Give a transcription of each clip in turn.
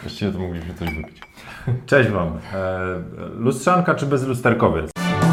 Właściwie to mogliśmy coś wypić. Cześć Wam. Lustrzanka czy bezlusterkowiec?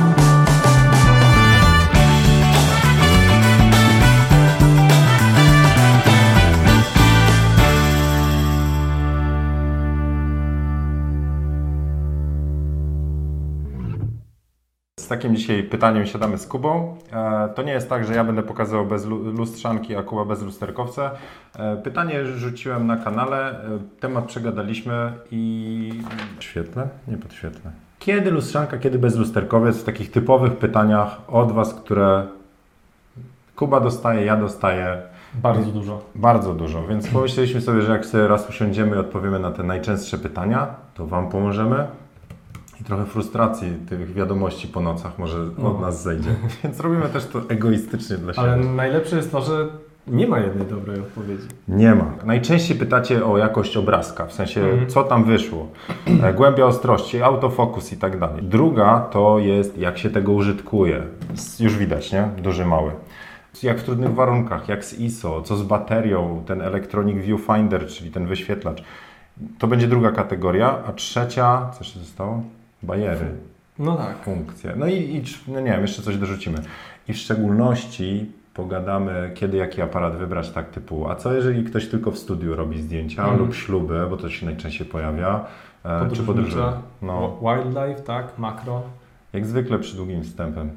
Z takim dzisiaj pytaniem siadamy z Kubą. To nie jest tak, że ja będę pokazywał bez lustrzanki, a Kuba bez lusterkowca. Pytanie rzuciłem na kanale, temat przegadaliśmy i... Świetle? Nie podświetlę. Kiedy lustrzanka, kiedy bezlusterkowiec? W takich typowych pytaniach od Was, które Kuba dostaje, ja dostaję. Bardzo dużo. Bardzo dużo, więc pomyśleliśmy sobie, że jak sobie raz usiądziemy i odpowiemy na te najczęstsze pytania, to Wam pomożemy. I trochę frustracji tych wiadomości po nocach może od nas zejdzie. Więc robimy też to egoistycznie dla siebie. Ale najlepsze jest to, że nie ma jednej dobrej odpowiedzi. Nie ma. Najczęściej pytacie o jakość obrazka, w sensie co tam wyszło, głębia ostrości, autofokus i tak dalej. Druga to jest jak się tego użytkuje. Już widać, nie? Duży, mały. Jak w trudnych warunkach, jak z ISO, co z baterią, ten Electronic Viewfinder, czyli ten wyświetlacz. To będzie druga kategoria, a trzecia, co się zostało? Bajery. No tak. Funkcje. No i no nie wiem, jeszcze coś dorzucimy. I w szczególności pogadamy, kiedy jaki aparat wybrać, tak typu, a co jeżeli ktoś tylko w studiu robi zdjęcia lub śluby, bo to się najczęściej pojawia, czy podróże. No. Wildlife, tak, makro. Jak zwykle przy długim wstępem.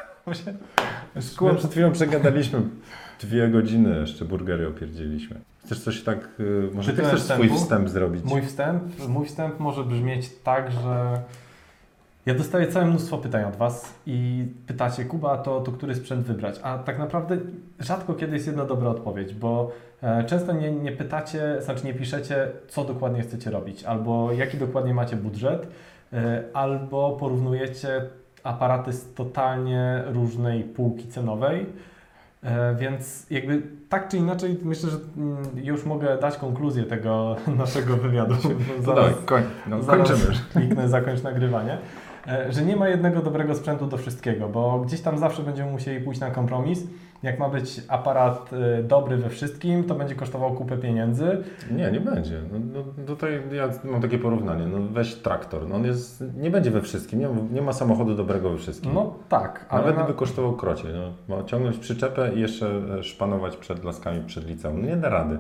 Z Kubą przed chwilą przegadaliśmy 2 godziny, jeszcze burgery opierdzieliśmy. Chcesz coś tak, może ty chcesz swój wstęp zrobić? Mój wstęp może brzmieć tak, że ja dostaję całe mnóstwo pytań od Was i pytacie, Kuba, to który sprzęt wybrać? A tak naprawdę rzadko kiedy jest jedna dobra odpowiedź, bo często nie pytacie, znaczy nie piszecie, co dokładnie chcecie robić, albo jaki dokładnie macie budżet, albo porównujecie aparaty z totalnie różnej półki cenowej. Więc jakby tak czy inaczej myślę, że już mogę dać konkluzję tego naszego wywiadu. Zaraz kończymy. Kliknę zakończ nagrywanie. Że nie ma jednego dobrego sprzętu do wszystkiego, bo gdzieś tam zawsze będziemy musieli pójść na kompromis. Jak ma być aparat dobry we wszystkim, to będzie kosztował kupę pieniędzy. Nie będzie. Tutaj ja mam takie porównanie. Weź traktor. On nie będzie we wszystkim. Nie ma samochodu dobrego we wszystkim. No tak. Nawet gdyby kosztował krocie. Ma ciągnąć przyczepę i jeszcze szpanować przed laskami przed liceum. Nie da rady.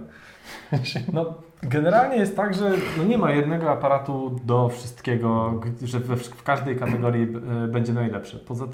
Generalnie jest tak, że nie ma jednego aparatu do wszystkiego, że w każdej kategorii będzie najlepszy.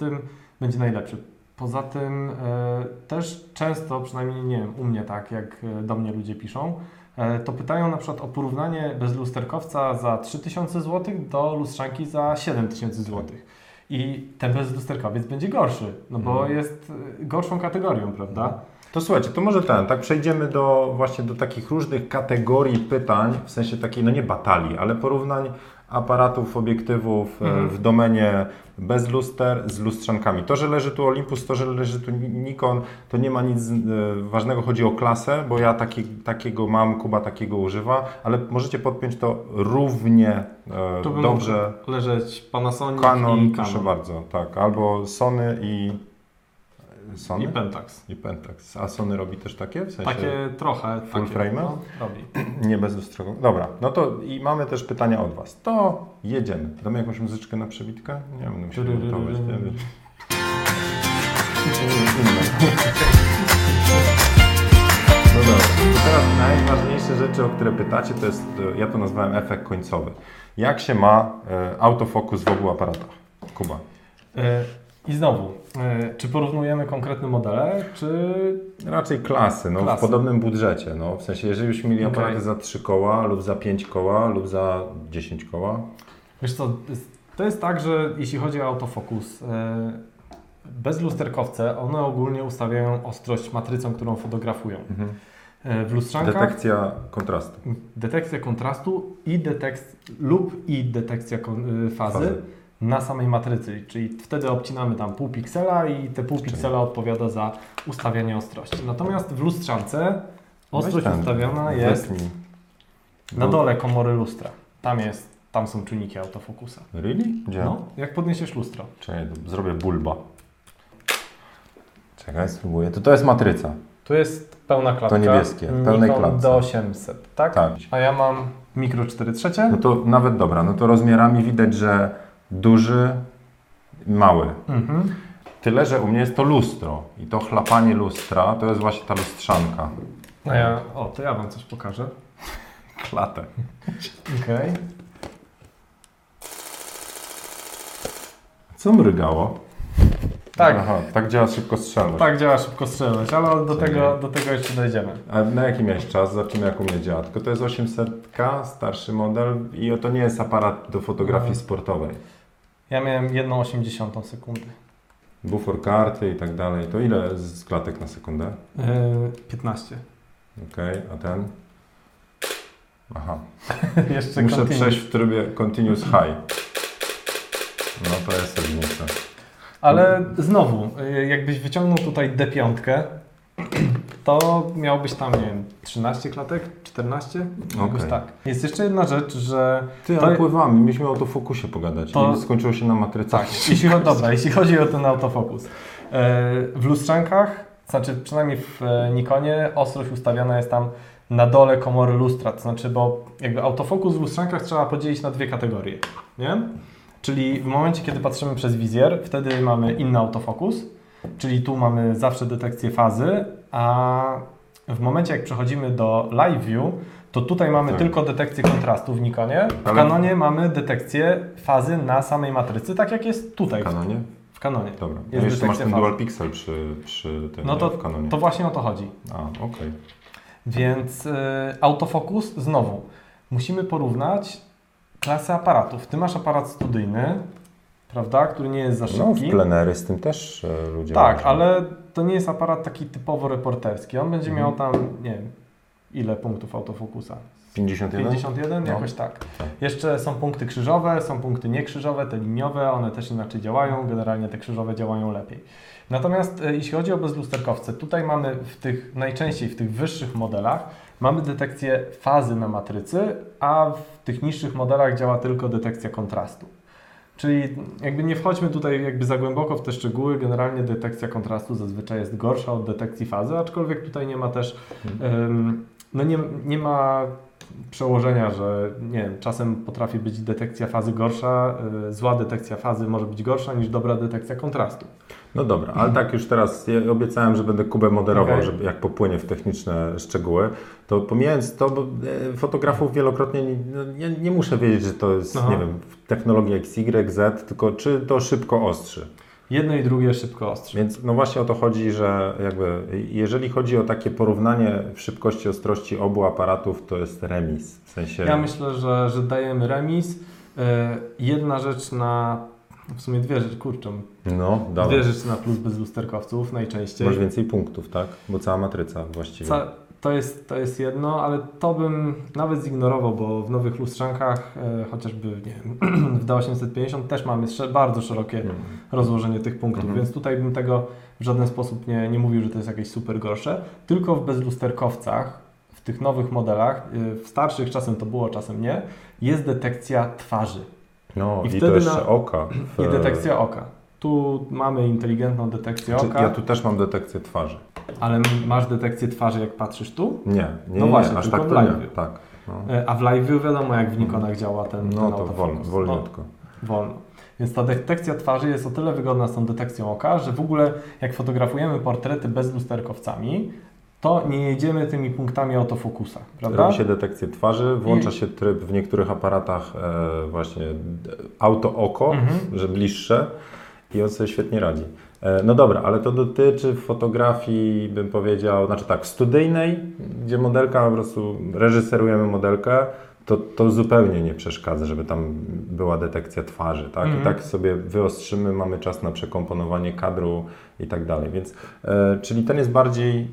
Poza tym też często, przynajmniej nie wiem, u mnie tak, jak do mnie ludzie piszą, to pytają na przykład o porównanie bezlusterkowca za 3000 zł do lustrzanki za 7000 zł. I ten bezlusterkowiec będzie gorszy, bo jest gorszą kategorią, prawda? To słuchajcie, to może tak przejdziemy właśnie do takich różnych kategorii pytań, w sensie takiej, nie batalii, ale porównań aparatów, obiektywów w domenie bez luster z lustrzankami. To, że leży tu Olympus, to, że leży tu Nikon, to nie ma nic ważnego, chodzi o klasę, bo ja takiego mam, Kuba takiego używa, ale możecie podpiąć to równie dobrze. Leżeć Panasonic Canon, i Canon. Proszę bardzo, tak, albo Sony i Pentax. A Sony robi też takie? W sensie takie trochę. Full frame'y? Robi. Nie bez lustrego. Dobra, no to i mamy też pytania od Was. To jedziemy. Damy jakąś muzyczkę na przebitkę? Nie będę musiał gotować. No dobra, to teraz najważniejsze rzeczy, o które pytacie, to jest, ja to nazwałem efekt końcowy. Jak się ma autofokus w obu aparatach? Kuba. I znowu, czy porównujemy konkretne modele, czy... Raczej klasy, w podobnym budżecie. W sensie, jeżeli byśmy mieli aparaty za 3 koła, lub za 5 koła, lub za 10 koła. Wiesz co, to jest tak, że jeśli chodzi o autofokus, bezlusterkowce, one ogólnie ustawiają ostrość matrycą, którą fotografują. W lustrzankach... Detekcja kontrastu i detekcja fazy na samej matrycy, czyli wtedy obcinamy tam pół piksela i te pół piksela odpowiada za ustawianie ostrości. Natomiast w lustrzance ostrość ustawiona jest na dole komory lustra. Tam są czujniki autofokusa. Really? Gdzie? Jak podniesiesz lustro. Czekaj, zrobię bulba. Czekaj, spróbuję. To jest matryca. Tu jest pełna klatka. To niebieskie, w pełnej Nikon klatce. D800, tak? Tak. A ja mam mikro 4/3. No to nawet dobra, no to rozmiarami widać, że duży, mały. Mhm. Tyle, że u mnie jest to lustro i to chlapanie lustra to jest właśnie ta lustrzanka. To ja Wam coś pokażę. Klatę. Okej. Co mrygało? Tak. Aha, tak działa szybkostrzelność. Tak działa szybkostrzelność, ale do tego jeszcze dojdziemy. A na jaki miałeś czas? Zobaczymy, jak u mnie działa. Tylko to jest 800, starszy model i to nie jest aparat do fotografii sportowej. Ja miałem 1/80 sekundy. Bufor karty i tak dalej. To ile z klatek na sekundę? 15. Okej, a ten? Aha. Jeszcze Muszę continue. przejść w trybie Continuous High. No to jest różnica. Ale znowu, jakbyś wyciągnął tutaj D5, to miałbyś tam, nie wiem, 13 klatek, 14? Jakoś Okej. tak. Jest jeszcze jedna rzecz, że... Ty, ale pływamy. Mieliśmy o autofokusie pogadać i skończyło się na matrycach. Tak, jeśli chodzi o ten autofokus. W lustrzankach, znaczy przynajmniej w Nikonie, ostrość ustawiona jest tam na dole komory lustra, to znaczy, bo jakby autofokus w lustrzankach trzeba podzielić na dwie kategorie, nie? Czyli w momencie, kiedy patrzymy przez wizjer, wtedy mamy inny autofokus, czyli tu mamy zawsze detekcję fazy, a w momencie, jak przechodzimy do Live View, to tutaj mamy tylko detekcję kontrastu w Nikonie. W Canonie mamy detekcję fazy na samej matrycy, tak jak jest tutaj. W Canonie? W Canonie. Dobra. Jest Jeszcze masz ten detekcja dual pixel przy tym, No to, w Canonie. to właśnie o to chodzi. A, okej. Więc autofokus, znowu, musimy porównać klasę aparatów. Ty masz aparat studyjny, prawda, który nie jest za No, w szybki. plenery z tym też ludzie Tak, łażą. ale to nie jest aparat taki typowo reporterski. On będzie miał tam, nie wiem, ile punktów autofokusa? 51? 51? No. Jakoś tak. Tak. Jeszcze są punkty krzyżowe, są punkty niekrzyżowe, te liniowe, one też inaczej działają, generalnie te krzyżowe działają lepiej. Natomiast jeśli chodzi o bezlusterkowce, tutaj mamy najczęściej w tych wyższych modelach mamy detekcję fazy na matrycy, a w tych niższych modelach działa tylko detekcja kontrastu. Czyli jakby nie wchodźmy tutaj jakby za głęboko w te szczegóły, generalnie detekcja kontrastu zazwyczaj jest gorsza od detekcji fazy, aczkolwiek tutaj nie ma też, no nie ma przełożenia, że nie wiem, czasem potrafi być detekcja fazy gorsza, zła detekcja fazy może być gorsza niż dobra detekcja kontrastu. No dobra, ale tak już teraz ja obiecałem, że będę Kubę moderował, Okej. żeby jak popłynie w techniczne szczegóły, to pomijając to, bo fotografów wielokrotnie nie muszę wiedzieć, że to jest, Aha. nie wiem, technologia XY, tylko czy to szybko ostrzy. Jedno i drugie szybko ostrzy. Więc no właśnie o to chodzi, że jakby jeżeli chodzi o takie porównanie w szybkości, ostrości obu aparatów, to jest remis. W sensie... Ja myślę, że dajemy remis. Jedna rzecz w sumie dwie rzeczy, kurczę. No, dawaj. Dwie rzeczy na plus bezlusterkowców najczęściej. Masz więcej punktów, tak? Bo cała matryca właściwie. To jest jedno, ale to bym nawet zignorował, bo w nowych lustrzankach, chociażby nie wiem, w D850 też mamy bardzo szerokie rozłożenie tych punktów, więc tutaj bym tego w żaden sposób nie mówił, że to jest jakieś super gorsze. Tylko w bezlusterkowcach, w tych nowych modelach, w starszych czasem to było, czasem nie, jest detekcja twarzy. No i wtedy to jeszcze oka. I detekcja oka. Tu mamy inteligentną detekcję oka. Ja tu też mam detekcję twarzy. Ale masz detekcję twarzy, jak patrzysz tu? Nie, No właśnie, aż tylko tak w to live. nie. Tak. No. A w live view wiadomo, jak w Nikonach działa ten No to autofokus. wolniutko. Wolno. Więc ta detekcja twarzy jest o tyle wygodna z tą detekcją oka, że w ogóle jak fotografujemy portrety bezlusterkowcami, to nie jedziemy tymi punktami autofokusa, prawda? Robi się detekcję twarzy, włącza się tryb w niektórych aparatach właśnie auto oko, że bliższe i on sobie świetnie radzi. No dobra, ale to dotyczy fotografii, bym powiedział, znaczy tak, studyjnej, gdzie modelka, po prostu reżyserujemy modelkę, to zupełnie nie przeszkadza, żeby tam była detekcja twarzy, tak? I tak sobie wyostrzymy, mamy czas na przekomponowanie kadru i tak dalej, więc czyli ten jest bardziej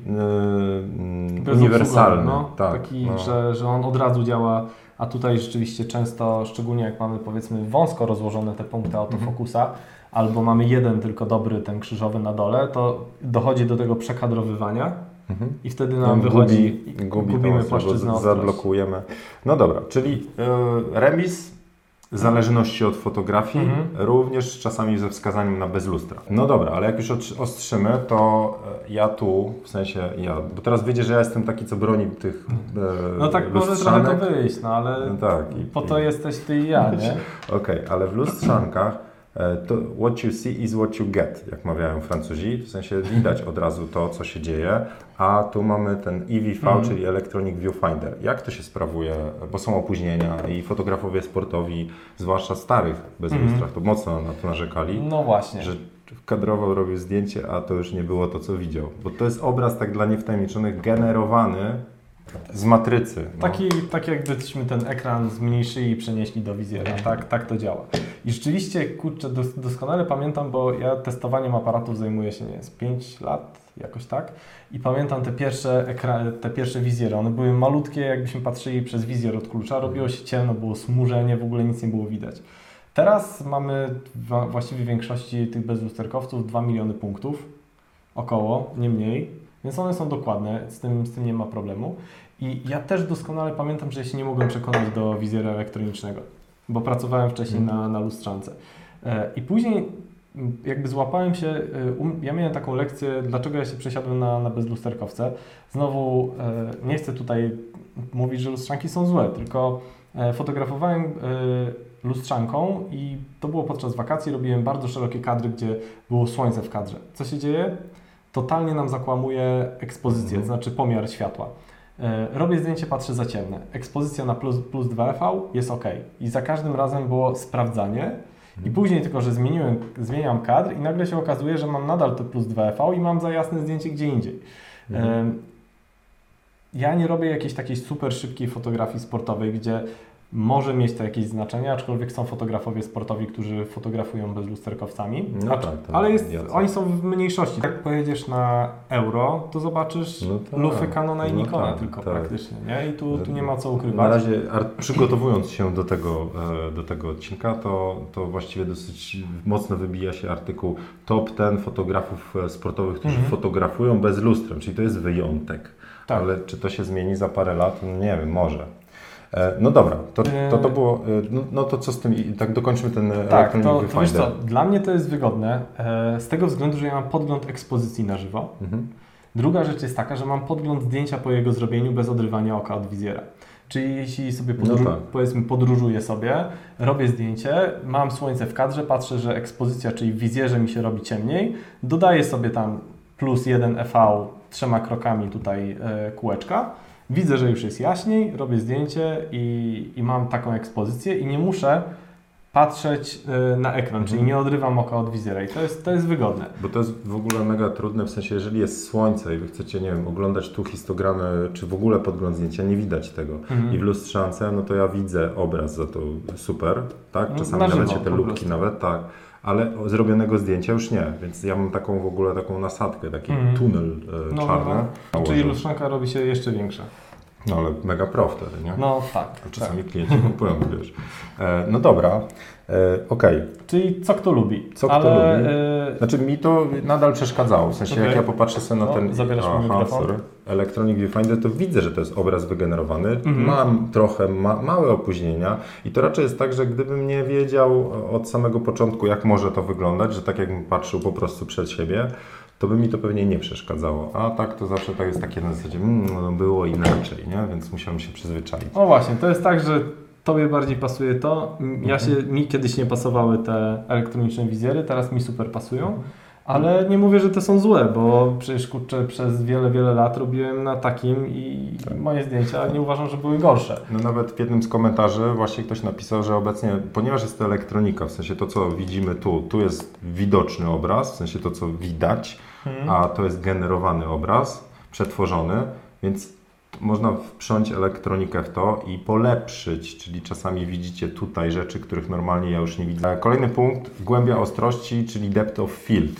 uniwersalny. No, tak, taki, no. że on od razu działa, a tutaj rzeczywiście często, szczególnie jak mamy powiedzmy wąsko rozłożone te punkty autofokusa, albo mamy jeden tylko dobry, ten krzyżowy na dole, to dochodzi do tego przekadrowywania i wtedy nam wychodzi, gubimy płaszczyznę ostrości. Zablokujemy. No dobra, czyli remis zależności od fotografii, również czasami ze wskazaniem na bez lustra. No dobra, ale jak już ostrzymy, to ja tu, w sensie bo teraz wyjdzie, że ja jestem taki, co broni tych no tak może trochę to wyjść, no ale no tak, po to jesteś ty i ja, nie? Okej, ale w lustrzankach to what you see is what you get, jak mawiają Francuzi, w sensie widać od razu to, co się dzieje, a tu mamy ten EVV, czyli Electronic Viewfinder. Jak to się sprawuje, bo są opóźnienia i fotografowie sportowi, zwłaszcza starych bez lustrach, to mocno na to narzekali, no właśnie, że kadrował, robił zdjęcie, a to już nie było to, co widział. Bo to jest obraz tak dla niewtajemniczonych generowany z matrycy. No. Tak jakbyśmy ten ekran zmniejszyli i przenieśli do wizjera. Tak to działa. I rzeczywiście, kurczę, doskonale pamiętam, bo ja testowaniem aparatów zajmuję się, z 5 lat, jakoś tak. I pamiętam te pierwsze wizjery. One były malutkie, jakbyśmy patrzyli przez wizjer od klucza. Robiło się ciemno, było smużenie, w ogóle nic nie było widać. Teraz mamy właściwie w większości tych bezlusterkowców 2 miliony punktów. Około, nie mniej. Więc one są dokładne, z tym nie ma problemu. I ja też doskonale pamiętam, że ja się nie mogłem przekonać do wizjera elektronicznego, bo pracowałem wcześniej na lustrzance. I później jakby złapałem się, ja miałem taką lekcję, dlaczego ja się przesiadłem na bezlusterkowce. Znowu nie chcę tutaj mówić, że lustrzanki są złe, tylko fotografowałem lustrzanką i to było podczas wakacji, robiłem bardzo szerokie kadry, gdzie było słońce w kadrze. Co się dzieje? Totalnie nam zakłamuje ekspozycję, to znaczy pomiar światła. Robię zdjęcie, patrzę za ciemne. Ekspozycja na plus 2V jest ok. I za każdym razem było sprawdzanie i później tylko, że zmieniam kadr i nagle się okazuje, że mam nadal to plus 2V i mam za jasne zdjęcie gdzie indziej. Ja nie robię jakiejś takiej super szybkiej fotografii sportowej, gdzie może mieć to jakieś znaczenie, aczkolwiek są fotografowie sportowi, którzy fotografują bezlusterkowcami, ale oni są w mniejszości. Jak pojedziesz na Euro, to zobaczysz lufy Canona i Nikona praktycznie, nie? I tu nie ma co ukrywać. Na razie przygotowując się do tego odcinka, to właściwie dosyć mocno wybija się artykuł Top 10 fotografów sportowych, którzy fotografują bez lustrem, czyli to jest wyjątek. Tak. Ale czy to się zmieni za parę lat? No nie wiem, może. No dobra, to było, no to co z tym, tak dokończmy ten Electronic Viewfinder. To wiesz co, dla mnie to jest wygodne z tego względu, że ja mam podgląd ekspozycji na żywo. Druga rzecz jest taka, że mam podgląd zdjęcia po jego zrobieniu bez odrywania oka od wizjera. Czyli jeśli sobie powiedzmy podróżuję sobie, robię zdjęcie, mam słońce w kadrze, patrzę, że ekspozycja, czyli w wizjerze mi się robi ciemniej, dodaję sobie tam plus 1 EV 3 krokami tutaj kółeczka. Widzę, że już jest jaśniej, robię zdjęcie i mam taką ekspozycję i nie muszę patrzeć na ekran, czyli nie odrywam oka od wizjera i to jest wygodne. Bo to jest w ogóle mega trudne, w sensie jeżeli jest słońce i wy chcecie, nie wiem, oglądać tu histogramę, czy w ogóle podgląd zdjęcia, nie widać tego. I w lustrzance, no to ja widzę obraz za to super, tak? Czasami nawet się te lubki nawet, tak. Ale zrobionego zdjęcia już nie, więc ja mam taką w ogóle taką nasadkę, taki tunel czarny. Czyli lustrzanka robi się jeszcze większa. No ale mega pro wtedy, nie? No tak. Czasami klienci kupują, wiesz. No dobra, okej. Czyli co kto lubi. Kto lubi. Znaczy mi to nadal przeszkadzało, w sensie jak ja popatrzę sobie na ten Electronic Viewfinder, to widzę, że to jest obraz wygenerowany. Mam trochę małe opóźnienia i to raczej jest tak, że gdybym nie wiedział od samego początku, jak może to wyglądać, że tak jakbym patrzył po prostu przed siebie, to by mi to pewnie nie przeszkadzało. A tak to zawsze tak jest takie na zasadzie, no było inaczej, nie? Więc musiałem się przyzwyczaić. No właśnie, to jest tak, że Tobie bardziej pasuje to. Mi kiedyś nie pasowały te elektroniczne wizjery, teraz mi super pasują. Ale nie mówię, że te są złe, bo przecież kurczę, przez wiele lat robiłem na takim i moje zdjęcia nie uważam, że były gorsze. No nawet w jednym z komentarzy właśnie ktoś napisał, że obecnie, ponieważ jest to elektronika, w sensie to co widzimy tu jest widoczny obraz, w sensie to co widać, a to jest generowany obraz, przetworzony, więc można wprząć elektronikę w to i polepszyć, czyli czasami widzicie tutaj rzeczy, których normalnie ja już nie widzę. Kolejny punkt, głębia ostrości, czyli depth of field.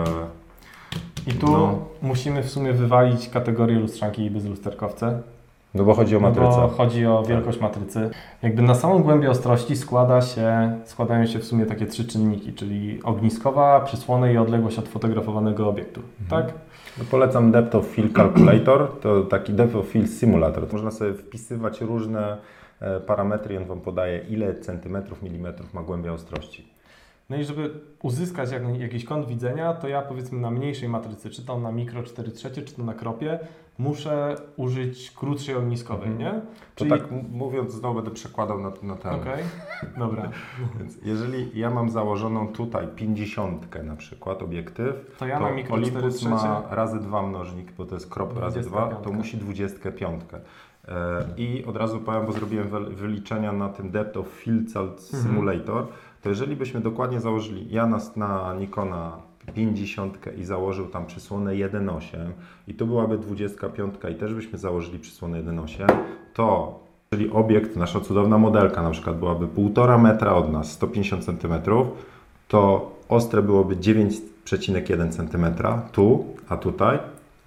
I tu musimy w sumie wywalić kategorię lustrzanki i bezlusterkowce. No bo chodzi o matrycę. Bo chodzi o wielkość matrycy. Jakby na samą głębię ostrości składają się w sumie takie 3 czynniki, czyli ogniskowa, przysłony i odległość od fotografowanego obiektu. Tak? No polecam Depth of Field Calculator, to taki Depth of Field Simulator. Można sobie wpisywać różne parametry i on Wam podaje, ile centymetrów, milimetrów ma głębia ostrości. No i żeby uzyskać jakiś kąt widzenia, to ja powiedzmy na mniejszej matrycy, czy to na mikro 4/3, czy to na kropie, muszę użyć krótszej ogniskowej, nie? To Czyli... tak mówiąc, znowu będę przekładał na ten. Okej, dobra. Więc jeżeli ja mam założoną tutaj 50 na przykład obiektyw, To ja na mikro Olympus 4/3 ma razy 2 mnożnik, bo to jest krop razy 2, 25. to musi 25. I od razu powiem, bo zrobiłem wyliczenia na tym Depth of Field Simulator, to jeżeli byśmy dokładnie założyli, ja na Nikona 50 i założył tam przysłonę 1.8 i tu byłaby 25 i też byśmy założyli przysłonę 1.8, to, czyli obiekt, nasza cudowna modelka na przykład byłaby 1,5 metra od nas, 150 cm, to ostre byłoby 9,1 cm tu, a tutaj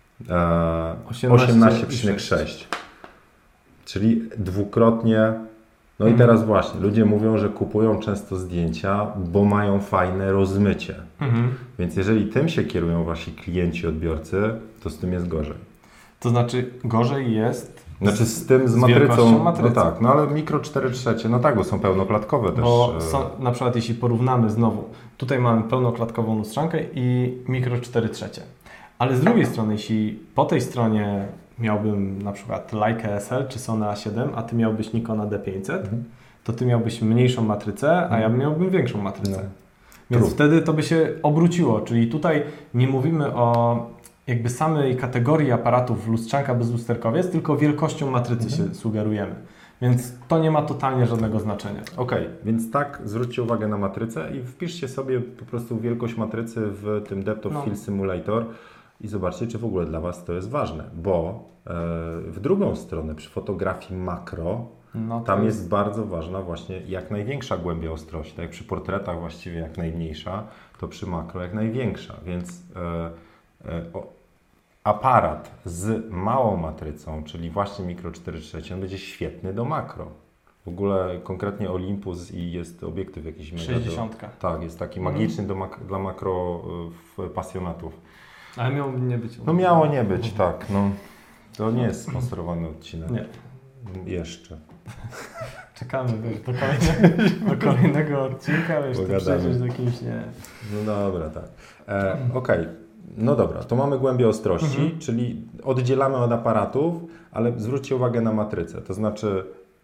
18,6. Czyli dwukrotnie. No i teraz właśnie, ludzie mówią, że kupują często zdjęcia, bo mają fajne rozmycie. Więc jeżeli tym się kierują wasi klienci, odbiorcy, to z tym jest gorzej. To znaczy gorzej jest Znaczy z matrycą, no tak, no ale mikro 4/3, no tak, bo są pełnoklatkowe też. Bo na przykład jeśli porównamy znowu, tutaj mamy pełnoklatkową lustrzankę i mikro 4/3. Ale z drugiej strony, jeśli po tej stronie miałbym na przykład Leica SL czy Sony A7, a Ty miałbyś Nikona D500, to Ty miałbyś mniejszą matrycę, a ja miałbym większą matrycę. Więc wtedy to by się obróciło, czyli tutaj nie mówimy o jakby samej kategorii aparatów lustrzanka bezlusterkowiec, tylko wielkością matrycy się sugerujemy. Więc to nie ma totalnie żadnego znaczenia. Okej, więc tak, zwróćcie uwagę na matrycę i wpiszcie sobie po prostu wielkość matrycy w tym Depth of Field Simulator i zobaczcie, czy w ogóle dla Was to jest ważne, bo w drugą stronę, przy fotografii makro, tam jest bardzo ważna właśnie jak największa głębia ostrości. Tak jak przy portretach właściwie jak najmniejsza, to przy makro jak największa, więc aparat z małą matrycą, czyli właśnie mikro 4/3, on będzie świetny do makro. W ogóle konkretnie Olympus i jest obiektyw jakiś mega 60. Tak, jest taki magiczny dla makro pasjonatów. Ale miało nie być. No miało nie być, tak. No, to nie jest sponsorowany odcinek. Nie. Jeszcze. Czekamy do kolejnego odcinka, wiesz, to przejdziesz do kimś, nie. No dobra, tak. Okej. No dobra, to mamy głębię ostrości, czyli oddzielamy od aparatów, ale zwróćcie uwagę na matrycę. To znaczy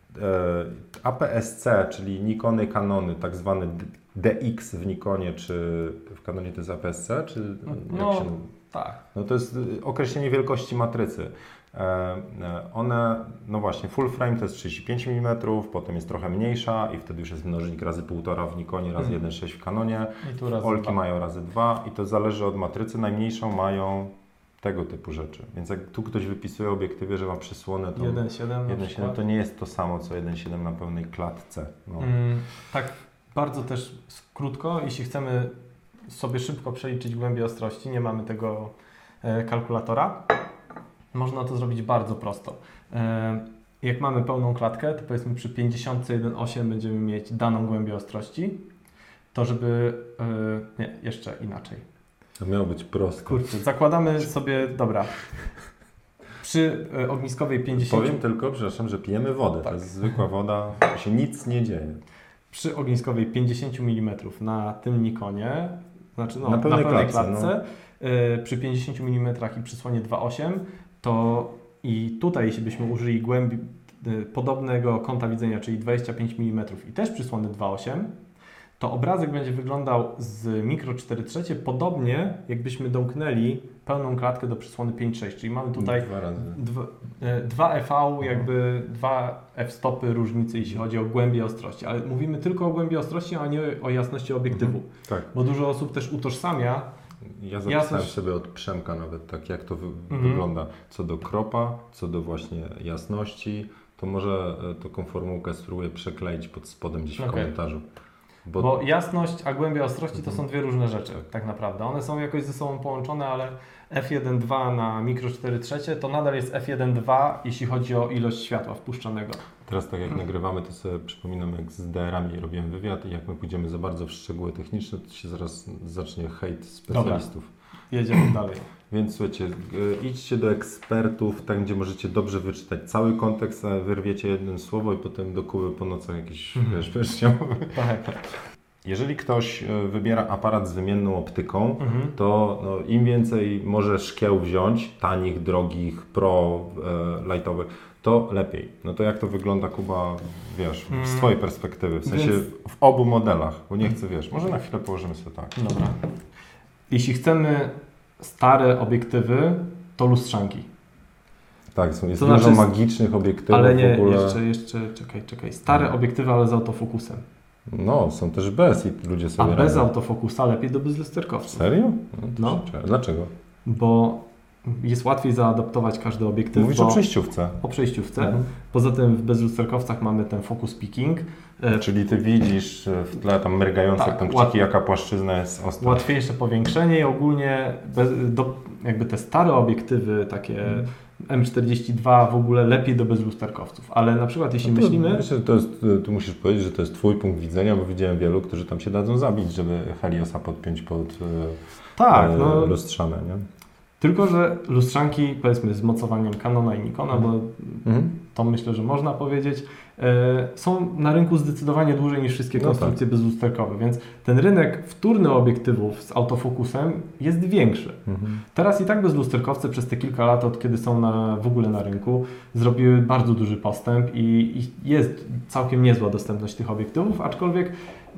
APS-C, czyli Nikony, Canony, tak zwany DX w Nikonie, czy w Canonie to jest APS-C, czy jak się mówi? Tak. No to jest określenie wielkości matrycy. One, no właśnie, full frame to jest 35 mm, potem jest trochę mniejsza i wtedy już jest mnożnik razy 1,5 w Nikonie, razy 1,6 w Canonie. Olki mają razy 2 i to zależy od matrycy. Najmniejszą mają tego typu rzeczy. Więc jak tu ktoś wypisuje obiektywie, że ma przysłonę, to 1,7 to nie jest to samo, co 1,7 na pełnej klatce. No. Tak, bardzo też krótko, jeśli chcemy sobie szybko przeliczyć głębię ostrości, nie mamy tego kalkulatora, można to zrobić bardzo prosto. Jak mamy pełną klatkę, to powiedzmy przy 50,1,8 będziemy mieć daną głębię ostrości, to żeby... nie, jeszcze inaczej. To miało być prosto. Kurczę, zakładamy sobie, dobra, przy ogniskowej 50... Powiem tylko, przepraszam, że pijemy wodę. Tak. To jest zwykła woda, to się nic nie dzieje. Przy ogniskowej 50 mm na tym Nikonie, znaczy na pełnej klatce, przy 50 mm i przysłonie 2.8, to i tutaj jeśli byśmy użyli głębi podobnego kąta widzenia, czyli 25 mm i też przysłony 2.8, to obrazek będzie wyglądał z mikro 4/3 podobnie, jakbyśmy domknęli pełną klatkę do przysłony 5.6, czyli mamy tutaj 2 EV, jakby 2 f-stopy różnicy, jeśli chodzi o głębię ostrości, ale mówimy tylko o głębi ostrości, a nie o jasności obiektywu, tak. Bo dużo osób też utożsamia. Ja zapisałem sobie od Przemka nawet tak, jak to wygląda co do kropa, co do właśnie jasności, to może taką formułkę spróbuję przekleić pod spodem gdzieś w komentarzu. Bo jasność a głębia ostrości to są dwie różne rzeczy tak naprawdę. One są jakoś ze sobą połączone, ale f1.2 na mikro 4/3 to nadal jest f1.2, jeśli chodzi o ilość światła wpuszczanego. Teraz tak jak nagrywamy, to sobie przypominam, jak z DR-ami robiłem wywiad i jak my pójdziemy za bardzo w szczegóły techniczne, to się zaraz zacznie hejt specjalistów. Dobra, jedziemy dalej. Więc słuchajcie, idźcie do ekspertów, tam gdzie możecie dobrze wyczytać cały kontekst, a wyrwiecie jedno słowo i potem do Kuby po nocach jakiś wierzchnią. Tak. Jeżeli ktoś wybiera aparat z wymienną optyką, to im więcej może szkieł wziąć, tanich, drogich, pro, lightowych, to lepiej. No to jak to wygląda, Kuba, wiesz, z Twojej perspektywy, w sensie w obu modelach, bo nie chcę, wiesz, może na chwilę położymy sobie tak. Dobra. Jeśli chcemy stare obiektywy, to lustrzanki. Tak, jest dużo magicznych obiektywów ale nie, w ogóle. jeszcze, czekaj. Stare obiektywy, ale z autofokusem. No, są też bez i ludzie sobie A bez autofokusa lepiej do bezlusterkowców. Serio? No. Dlaczego? Bo jest łatwiej zaadaptować każdy obiektyw. Mówisz o przejściówce. O przejściówce. Poza tym w bezlusterkowcach mamy ten focus picking. Czyli Ty widzisz w tle tam mrygające punkciki, jaka płaszczyzna jest ostra. Łatwiejsze powiększenie i ogólnie jakby te stare obiektywy, takie M42 w ogóle lepiej do bezlusterkowców. Ale na przykład jeśli myślimy... Myślę, że tu musisz powiedzieć, że to jest Twój punkt widzenia, bo widziałem wielu, którzy tam się dadzą zabić, żeby Heliosa podpiąć pod lustrzane, nie? Tylko że lustrzanki, powiedzmy z mocowaniem Canona i Nikona, bo to myślę, że można powiedzieć, są na rynku zdecydowanie dłużej niż wszystkie konstrukcje bezlusterkowe, więc ten rynek wtórny obiektywów z autofokusem jest większy. Teraz i tak bezlusterkowce przez te kilka lat, od kiedy są w ogóle na rynku, zrobiły bardzo duży postęp i jest całkiem niezła dostępność tych obiektywów, aczkolwiek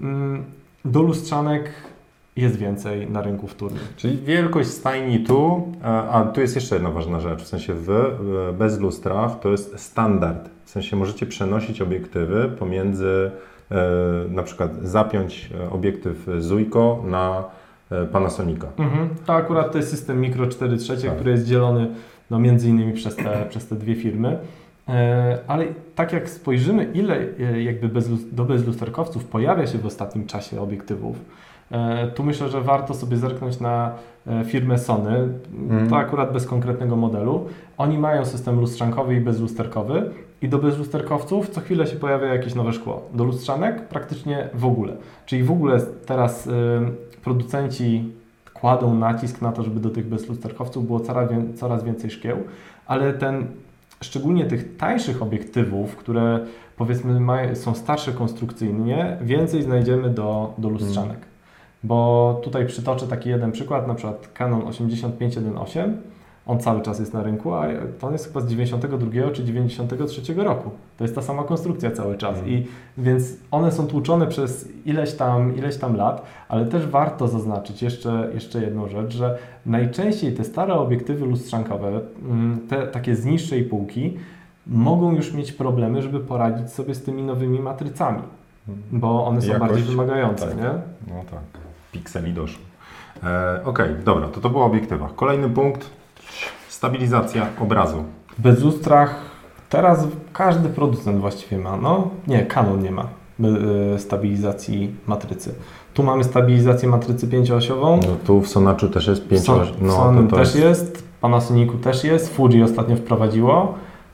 do lustrzanek jest więcej na rynku wtórnym. Czyli wielkość stajni tu, a tu jest jeszcze jedna ważna rzecz, w sensie bez lustrach to jest standard. W sensie możecie przenosić obiektywy pomiędzy, na przykład zapiąć obiektyw Zuiko na Panasonica. To akurat to jest system Micro 4/3, który jest dzielony między innymi przez te dwie firmy. Ale tak jak spojrzymy, ile jakby do bezlusterkowców pojawia się w ostatnim czasie obiektywów, tu myślę, że warto sobie zerknąć na firmę Sony, to akurat bez konkretnego modelu. Oni mają system lustrzankowy i bezlusterkowy i do bezlusterkowców co chwilę się pojawia jakieś nowe szkło. Do lustrzanek praktycznie w ogóle. Czyli w ogóle teraz producenci kładą nacisk na to, żeby do tych bezlusterkowców było coraz więcej szkieł, ale szczególnie tych tańszych obiektywów, które powiedzmy są starsze konstrukcyjnie, więcej znajdziemy do lustrzanek. Bo tutaj przytoczę taki jeden przykład, na przykład Canon 8518, on cały czas jest na rynku, a to on jest chyba z 92 czy 93 roku. To jest ta sama konstrukcja cały czas. Więc one są tłuczone przez ileś tam lat, ale też warto zaznaczyć jeszcze jedną rzecz, że najczęściej te stare obiektywy lustrzankowe, te takie z niższej półki, mogą już mieć problemy, żeby poradzić sobie z tymi nowymi matrycami, bo one są bardziej wymagające, nie? No tak, pikseli doszło. Okej, dobra, to było o obiektywach. Kolejny punkt, stabilizacja obrazu. W bezlustrach teraz każdy producent właściwie ma, Canon nie ma stabilizacji matrycy. Tu mamy stabilizację matrycy 5-osiową. No tu w Sonaczu też jest 5-osiowa. Sony też jest, Panasonicu też jest, Fuji ostatnio wprowadziło,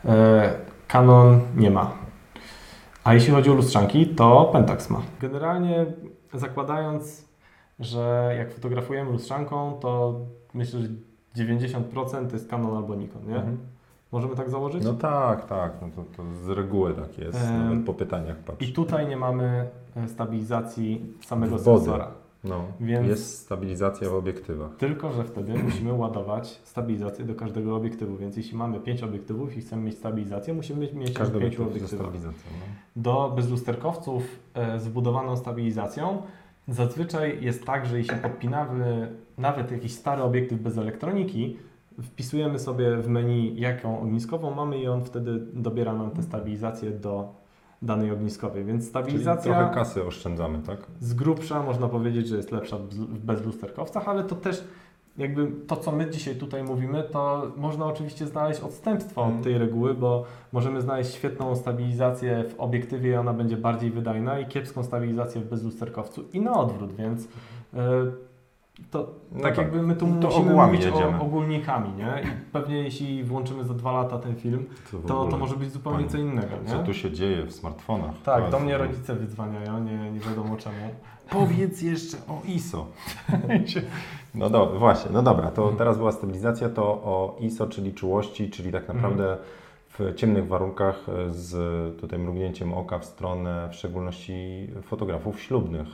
Canon nie ma. A jeśli chodzi o lustrzanki, to Pentax ma. Generalnie zakładając, że jak fotografujemy lustrzanką, to myślę, że 90% to jest Canon albo Nikon, nie? Możemy tak założyć? No tak. No to z reguły tak jest, nawet po pytaniach patrzę. I tutaj nie mamy stabilizacji samego sensora. Więc jest stabilizacja w obiektywach. Tylko że wtedy musimy ładować stabilizację do każdego obiektywu, więc jeśli mamy 5 obiektywów i chcemy mieć stabilizację, musimy mieć 5 obiektywów. Do bezlusterkowców z wbudowaną stabilizacją zazwyczaj jest tak, że jeśli podpinamy nawet jakiś stary obiektyw bez elektroniki, wpisujemy sobie w menu, jaką ogniskową mamy i on wtedy dobiera nam tę stabilizację do danej ogniskowej, więc stabilizacja... Czyli trochę kasy oszczędzamy, tak? Z grubsza można powiedzieć, że jest lepsza w bezlusterkowcach, ale to też jakby to, co my dzisiaj tutaj mówimy, to można oczywiście znaleźć odstępstwo od tej reguły, bo możemy znaleźć świetną stabilizację w obiektywie i ona będzie bardziej wydajna i kiepską stabilizację w bezlusterkowcu i na odwrót, więc to tak jakby my tu musimy mówić ogólnikami, nie? I pewnie jeśli włączymy za 2 lata ten film, to może być zupełnie co innego, nie? Co tu się dzieje w smartfonach? Tak, do mnie rodzice wydzwaniają, nie wiadomo czemu. Powiedz jeszcze o ISO. No właśnie, no dobra, to teraz była stabilizacja, to o ISO, czyli czułości, czyli tak naprawdę w ciemnych warunkach z tutaj mrugnięciem oka w stronę, w szczególności fotografów ślubnych.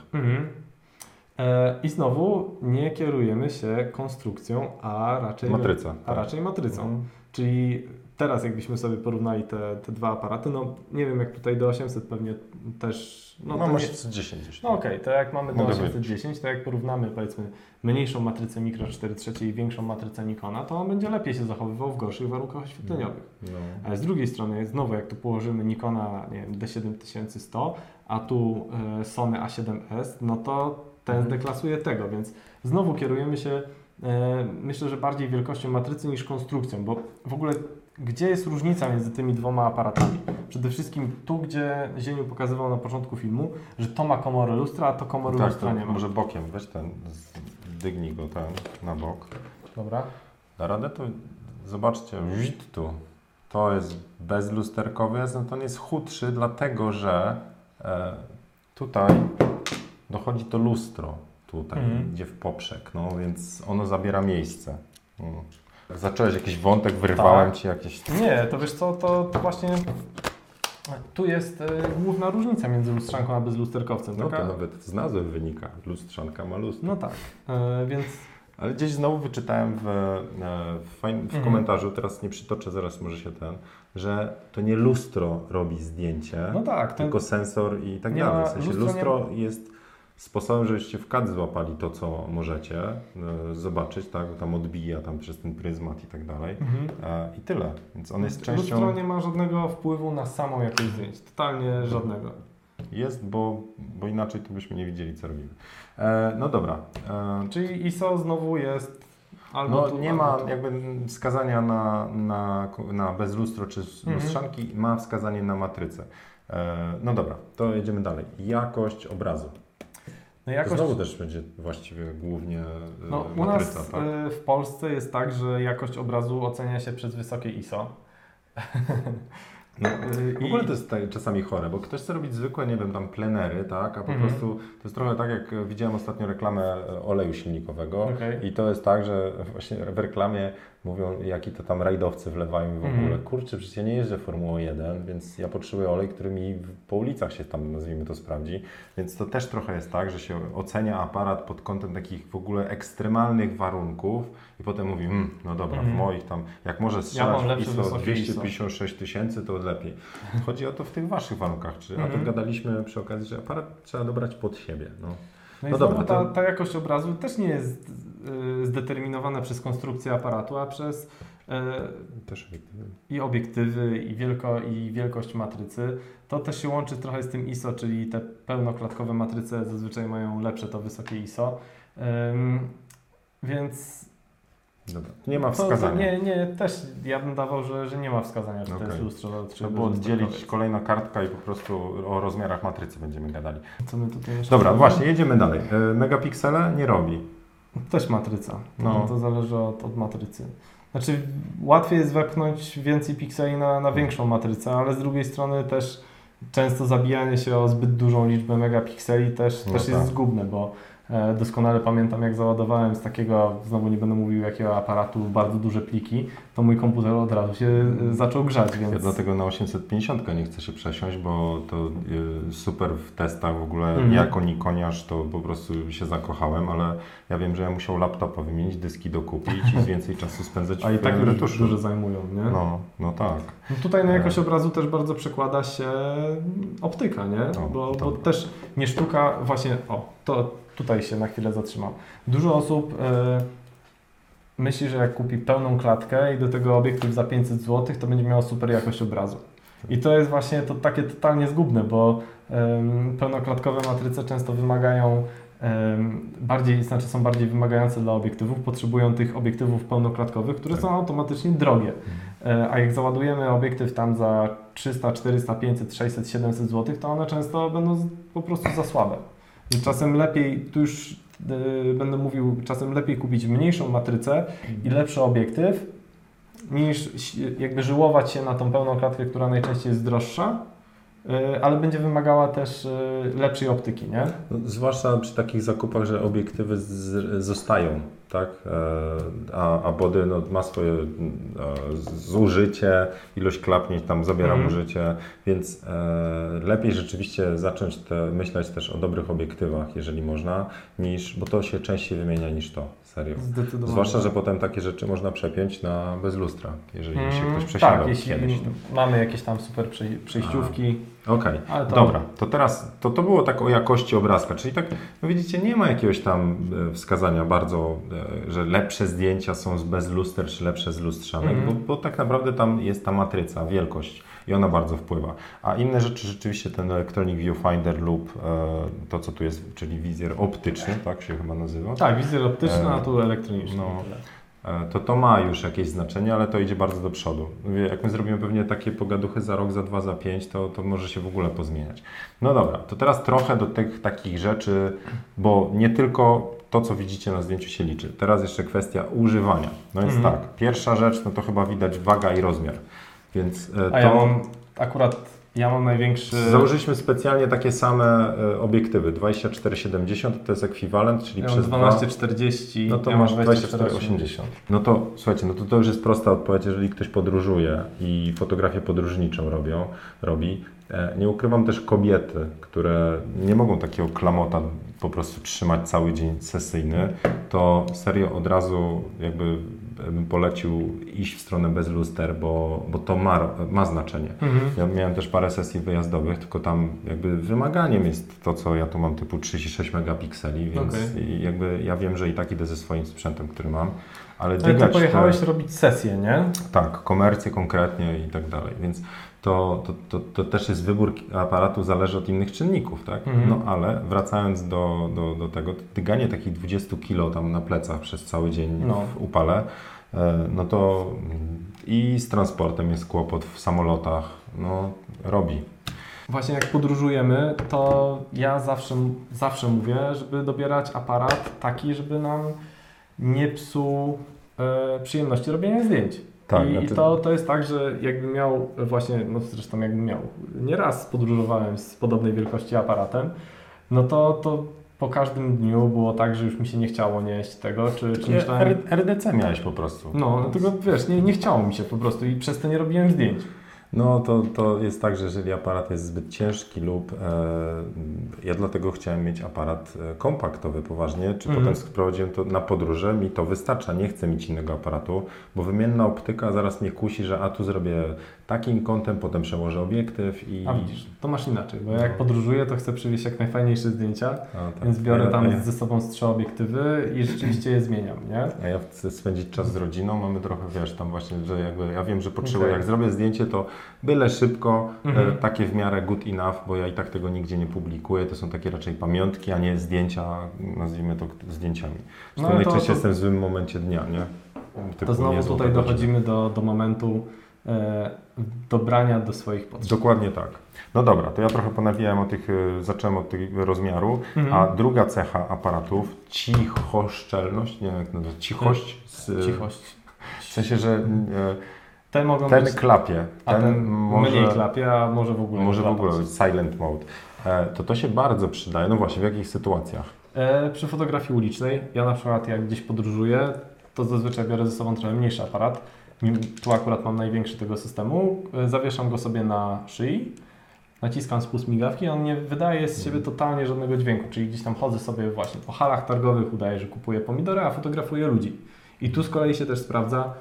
I znowu nie kierujemy się konstrukcją, a raczej matrycą. Czyli teraz jakbyśmy sobie porównali te dwa aparaty, no nie wiem jak tutaj do 800 pewnie też... Mam 810. No okej, to jak mamy do 810, to jak porównamy powiedzmy mniejszą matrycę Micro 4/3 i większą matrycę Nikona, to on będzie lepiej się zachowywał w gorszych warunkach oświetleniowych. Ale z drugiej strony znowu jak tu położymy Nikona, nie wiem, D7100, a tu Sony A7S, no to ten zdeklasuje tego, więc znowu kierujemy się myślę, że bardziej wielkością matrycy niż konstrukcją, bo w ogóle gdzie jest różnica między tymi dwoma aparatami? Przede wszystkim tu, gdzie Zieniu pokazywał na początku filmu, że to ma komorę lustra, a to komory lustra nie ma. Może bokiem, weź ten, dygnij go tam na bok. Dobra. Da radę? To zobaczcie, tu. To jest bezlusterkowy, to on jest chudszy, dlatego że tutaj dochodzi to lustro. Tutaj idzie w poprzek, no więc ono zabiera miejsce. Zacząłeś jakiś wątek, wyrwałem Ci jakieś... Nie, to wiesz co, to właśnie tu jest główna różnica między lustrzanką a bezlusterkowcem. No to nawet z nazwy wynika, lustrzanka ma lustro. No tak, więc... Ale gdzieś znowu wyczytałem w komentarzu, teraz nie przytoczę, zaraz może się że to nie lustro robi zdjęcie, no tak, tylko sensor i tak dalej. W sensie lustro jest sposobem, żebyście w kadr złapali to, co możecie zobaczyć, tak? Tam odbija tam przez ten pryzmat i tak dalej. I tyle. Więc on jest częścią... Lustro nie ma żadnego wpływu na samą jakość zdjęć. Totalnie żadnego. Jest, bo inaczej to byśmy nie widzieli, co robimy. No dobra. Czyli ISO znowu jest albo no nie ma jakby wskazania na bezlustro czy lustrzanki, ma wskazanie na matrycę. No dobra, to jedziemy dalej. Jakość obrazu. No jakość... Znowu też będzie właściwie głównie u matryca, nas tak? W Polsce jest tak, że jakość obrazu ocenia się przez wysokie ISO. No, w ogóle to jest czasami chore, bo ktoś chce robić zwykłe, nie wiem, tam plenery, tak, a po prostu to jest trochę tak, jak widziałem ostatnio reklamę oleju silnikowego i to jest tak, że właśnie w reklamie mówią, jaki to tam rajdowcy wlewają w ogóle. Kurczę, przecież ja nie jeżdżę Formułą 1, więc ja potrzebuję olej, który mi po ulicach się tam, nazwijmy to, sprawdzi. Więc to też trochę jest tak, że się ocenia aparat pod kątem takich w ogóle ekstremalnych warunków i potem mówi, no dobra, w moich tam, jak może strzelać w ISO 256 000, to lepiej. Chodzi o to w tych waszych warunkach. A tu gadaliśmy przy okazji, że aparat trzeba dobrać pod siebie. No i dobra, ta jakość obrazu też nie jest zdeterminowana przez konstrukcję aparatu, a przez też obiektywy. I obiektywy, i wielkość matrycy. To też się łączy trochę z tym ISO, czyli te pełnoklatkowe matryce zazwyczaj mają lepsze to wysokie ISO. Więc... Dobra. Nie ma wskazania. Nie, też ja bym dawał, że nie ma wskazania, czy to jest lustro, czy trzeba było oddzielić kolejna kartka i po prostu o rozmiarach matrycy będziemy gadali. Co my tutaj jeszcze Dobra, właśnie, jedziemy dalej. Megapiksele nie robi. Też matryca. To zależy od matrycy. Znaczy łatwiej jest wepchnąć więcej pikseli na większą matrycę, ale z drugiej strony też często zabijanie się o zbyt dużą liczbę megapikseli też jest zgubne, bo doskonale pamiętam, jak załadowałem z takiego, znowu nie będę mówił jakiego aparatu, bardzo duże pliki, to mój komputer od razu się zaczął grzać. Więc... Ja dlatego na 850 nie chcę się przesiąść, bo to super w testach w ogóle. Jako nikoniarz to po prostu się zakochałem, ale ja wiem, że ja musiał laptopa wymienić, dyski dokupić i więcej czasu spędzać w tak retuszu. Dużo zajmują, nie? No tak. No tutaj na jakość obrazu też bardzo przekłada się optyka, nie? Bo też nie sztuka, właśnie, tutaj się na chwilę zatrzymam. Dużo osób myśli, że jak kupi pełną klatkę i do tego obiektyw za 500 zł, to będzie miało super jakość obrazu. I to jest właśnie to takie totalnie zgubne, bo pełnoklatkowe matryce często wymagają są bardziej wymagające dla obiektywów, potrzebują tych obiektywów pełnoklatkowych, które są automatycznie drogie. A jak załadujemy obiektyw tam za 300, 400, 500, 600, 700 zł, to one często będą po prostu za słabe. I czasem lepiej, tu już będę mówił, czasem lepiej kupić mniejszą matrycę i lepszy obiektyw, niż jakby żyłować się na tą pełną klatkę, która najczęściej jest droższa, ale będzie wymagała też lepszej optyki, nie? No, zwłaszcza przy takich zakupach, że obiektywy zostają, tak? A body no, ma swoje zużycie, ilość klapnięć tam zabiera mu życie, więc lepiej rzeczywiście zacząć myśleć też o dobrych obiektywach, jeżeli można, bo to się częściej wymienia niż to, serio. Zwłaszcza, że potem takie rzeczy można przepiąć na bez lustra, jeżeli się ktoś przesiadał tak, jeśli kiedyś. mamy jakieś tam super przejściówki. Okej, dobra, to teraz to było tak o jakości obrazka, czyli tak, no widzicie, nie ma jakiegoś tam wskazania bardzo, że lepsze zdjęcia są bez luster, czy lepsze z lustrzanek, bo tak naprawdę tam jest ta matryca, wielkość i ona bardzo wpływa. A inne rzeczy rzeczywiście ten Electronic Viewfinder lub to, co tu jest, czyli wizjer optyczny, tak się chyba nazywa? Tak, wizjer optyczny, a tu elektroniczny. No. To ma już jakieś znaczenie, ale to idzie bardzo do przodu. Jak my zrobimy pewnie takie pogaduchy za rok, za 2, za 5, to może się w ogóle pozmieniać. No dobra, to teraz trochę do tych takich rzeczy, bo nie tylko to, co widzicie na zdjęciu się liczy. Teraz jeszcze kwestia używania. No więc tak, pierwsza rzecz, no to chyba widać waga i rozmiar. Więc ja mam największy... Założyliśmy specjalnie takie same obiektywy. 24-70 to jest ekwiwalent, czyli przez 12-40. No to masz 24-80. No to słuchajcie, no to już jest prosta odpowiedź, jeżeli ktoś podróżuje i fotografię podróżniczą robi. Nie ukrywam też kobiety, które nie mogą takiego klamota po prostu trzymać cały dzień sesyjny, to serio od razu jakby bym polecił iść w stronę bez luster, bo to ma znaczenie. Ja miałem też parę sesji wyjazdowych, tylko tam jakby wymaganiem jest to, co ja tu mam typu 36 megapikseli, więc jakby ja wiem, że i tak idę ze swoim sprzętem, który mam. Ale ty pojechałeś robić sesję, nie? Tak, komercję konkretnie i tak dalej, więc to też jest wybór aparatu, zależy od innych czynników, tak? No ale wracając do tego, dyganie takich 20 kg tam na plecach przez cały dzień w upale, no to i z transportem jest kłopot w samolotach, no robi. Właśnie jak podróżujemy, to ja zawsze mówię, żeby dobierać aparat taki, żeby nam nie psuł przyjemności robienia zdjęć. Tak, I to jest tak, że jakbym miał właśnie, no zresztą jakbym miał, nieraz podróżowałem z podobnej wielkości aparatem, no to po każdym dniu było tak, że już mi się nie chciało nieść tego, czy myślałem... RDC miałeś po prostu. No tylko wiesz, nie chciało mi się po prostu i przez to nie robiłem zdjęć. No to jest tak, że jeżeli aparat jest zbyt ciężki lub ja dlatego chciałem mieć aparat kompaktowy poważnie, czy potem sprowadziłem to na podróże, mi to wystarcza, nie chcę mieć innego aparatu, bo wymienna optyka zaraz mnie kusi, że tu zrobię takim kątem, potem przełożę obiektyw i... A widzisz, to masz inaczej, bo jak podróżuję, to chcę przywieźć jak najfajniejsze zdjęcia, więc biorę tam ze sobą 3 obiektywy i rzeczywiście je zmieniam, nie? A ja chcę spędzić czas z rodziną, mamy trochę, wiesz, tam właśnie, że jakby ja wiem, że potrzebuję, jak zrobię zdjęcie, to byle szybko, takie w miarę good enough, bo ja i tak tego nigdzie nie publikuję, to są takie raczej pamiątki, a nie zdjęcia, nazwijmy to zdjęciami. Zresztą najczęściej jestem w złym momencie dnia, nie? To znowu tutaj dochodzimy do momentu dobrania do swoich potrzeb. Dokładnie tak. No dobra, to ja trochę ponawijałem zacząłem od tego rozmiaru, a druga cecha aparatów, cichoszczelność, nie wiem jak nazwać, cichość. Cichość. W sensie, że ten klapie, ten może mniej klapie, a może w ogóle może w ogóle być silent mode. To się bardzo przydaje. No właśnie, w jakich sytuacjach? Przy fotografii ulicznej, ja na przykład jak gdzieś podróżuję, to zazwyczaj biorę ze sobą trochę mniejszy aparat. Tu akurat mam największy tego systemu. Zawieszam go sobie na szyi, naciskam spust migawki i on nie wydaje z siebie totalnie żadnego dźwięku. Czyli gdzieś tam chodzę sobie właśnie po halach targowych, udaję, że kupuję pomidory, a fotografuję ludzi. I tu z kolei się też sprawdza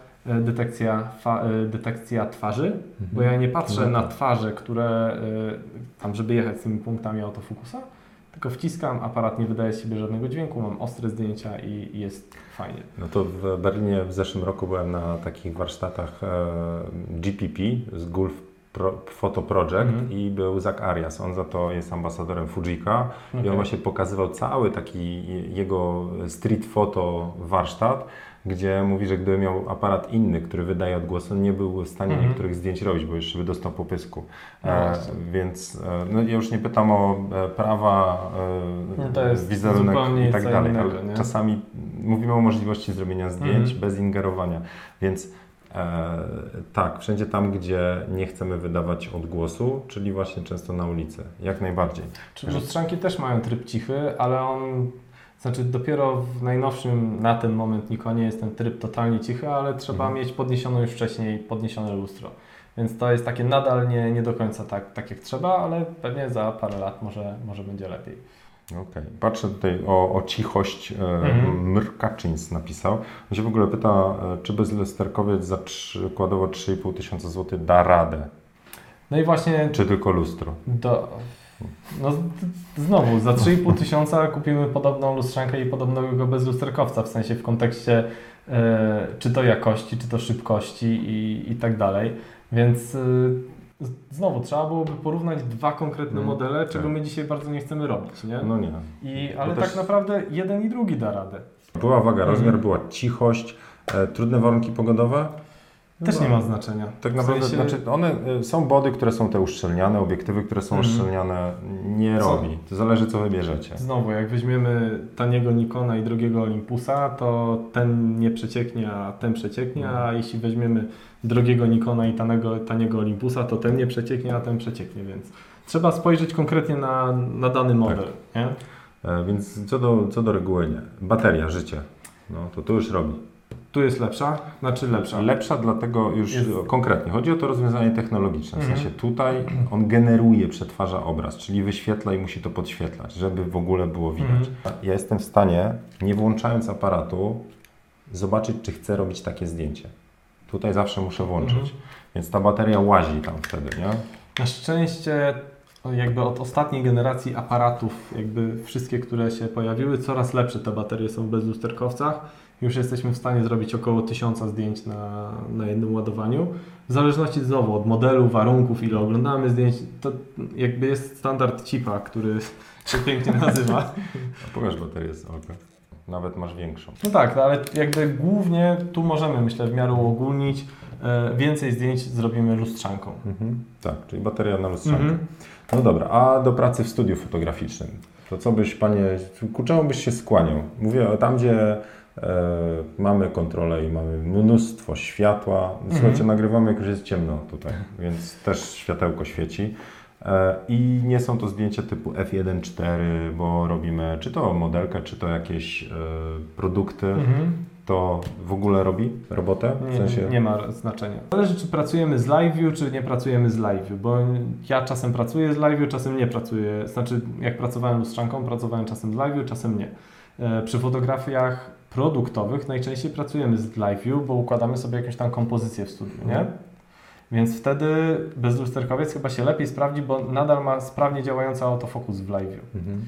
detekcja twarzy, bo ja nie patrzę na twarze, które tam, żeby jechać z tymi punktami autofokusa, tylko wciskam, aparat nie wydaje z siebie żadnego dźwięku, mam ostre zdjęcia i jest fajnie. No to w Berlinie w zeszłym roku byłem na takich warsztatach GPP z Gulf Photo Project i był Zach Arias. On za to jest ambasadorem Fujika i on właśnie pokazywał cały taki jego street photo warsztat, gdzie mówi, że gdyby miał aparat inny, który wydaje odgłosy, on nie był w stanie niektórych zdjęć robić, bo jeszcze by dostał po pysku. Więc no, ja już nie pytam o prawa, wizerunek i tak dalej, ale czasami mówimy o możliwości zrobienia zdjęć bez ingerowania. Więc tak, wszędzie tam, gdzie nie chcemy wydawać odgłosu, czyli właśnie często na ulicy, jak najbardziej. Lustrzanki też mają tryb cichy, ale znaczy dopiero w najnowszym na ten moment Nikonie jest ten tryb totalnie cichy, ale trzeba mieć podniesioną już wcześniej podniesione lustro. Więc to jest takie nadal nie do końca tak jak trzeba, ale pewnie za parę lat może będzie lepiej. Okej. Patrzę tutaj o cichość. Mrkaczyńs napisał. On się w ogóle pyta, czy bezlusterkowiec za przykładowo 3,5 tysiąca złotych da radę? No i właśnie... Czy tylko lustro? No znowu, za 3,5 tysiąca kupimy podobną lustrzankę i podobnego bezlusterkowca, w sensie w kontekście czy to jakości, czy to szybkości i tak dalej. Więc znowu trzeba byłoby porównać dwa konkretne modele, czego my dzisiaj bardzo nie chcemy robić, nie? No nie. Ale tak naprawdę jeden i drugi da radę. Była waga, rozmiar, była cichość, trudne warunki pogodowe? Też nie ma znaczenia. Tak naprawdę, znaczy one są body, które są te uszczelniane, obiektywy, które są uszczelniane, nie robi. To zależy, co wybierzecie. Znowu, jak weźmiemy taniego Nikona i drogiego Olympusa, to ten nie przecieknie, a ten przecieknie, a jeśli weźmiemy drogiego Nikona i taniego Olympusa, to ten nie przecieknie, a ten przecieknie, więc trzeba spojrzeć konkretnie na dany model. Tak. Nie? Więc co do reguły nie. Bateria, życie, no to tu już robi. Tu jest lepsza? Znaczy lepsza. Lepsza dlatego już konkretnie. Chodzi o to rozwiązanie technologiczne. W sensie tutaj on generuje, przetwarza obraz, czyli wyświetla i musi to podświetlać, żeby w ogóle było widać. Ja jestem w stanie, nie włączając aparatu, zobaczyć, czy chcę robić takie zdjęcie. Tutaj zawsze muszę włączyć. Więc ta bateria łazi tam wtedy, nie? Na szczęście jakby od ostatniej generacji aparatów, jakby wszystkie, które się pojawiły, coraz lepsze te baterie są w bezlusterkowcach. Już jesteśmy w stanie zrobić około 1000 zdjęć na jednym ładowaniu. W zależności znowu od modelu, warunków, ile oglądamy zdjęć, to jakby jest standard chipa, który się pięknie nazywa. A pokaż baterię z oka. Nawet masz większą. No tak, ale jakby głównie tu możemy, myślę, w miarę uogólnić. Więcej zdjęć zrobimy lustrzanką. Tak, czyli bateria na lustrzankę. No dobra, a do pracy w studiu fotograficznym, to co byś, panie, ku czemu byś się skłaniał? Mówię tam, gdzie mamy kontrolę i mamy mnóstwo światła. Słuchajcie, nagrywamy, jak już jest ciemno tutaj, więc też światełko świeci. I nie są to zdjęcia typu F1.4, bo robimy czy to modelkę, czy to jakieś produkty. To w ogóle robi robotę? W sensie... Nie ma znaczenia. Zależy, czy pracujemy z live'view, czy nie pracujemy z live'view, bo ja czasem pracuję z live'view, czasem nie pracuję. Znaczy, jak pracowałem lustrzanką, pracowałem czasem z live'view, czasem nie. Przy fotografiach produktowych najczęściej pracujemy z live'view, bo układamy sobie jakąś tam kompozycję w studiu, nie? Więc wtedy bezlusterkowiec chyba się lepiej sprawdzi, bo nadal ma sprawnie działający autofokus w live'view.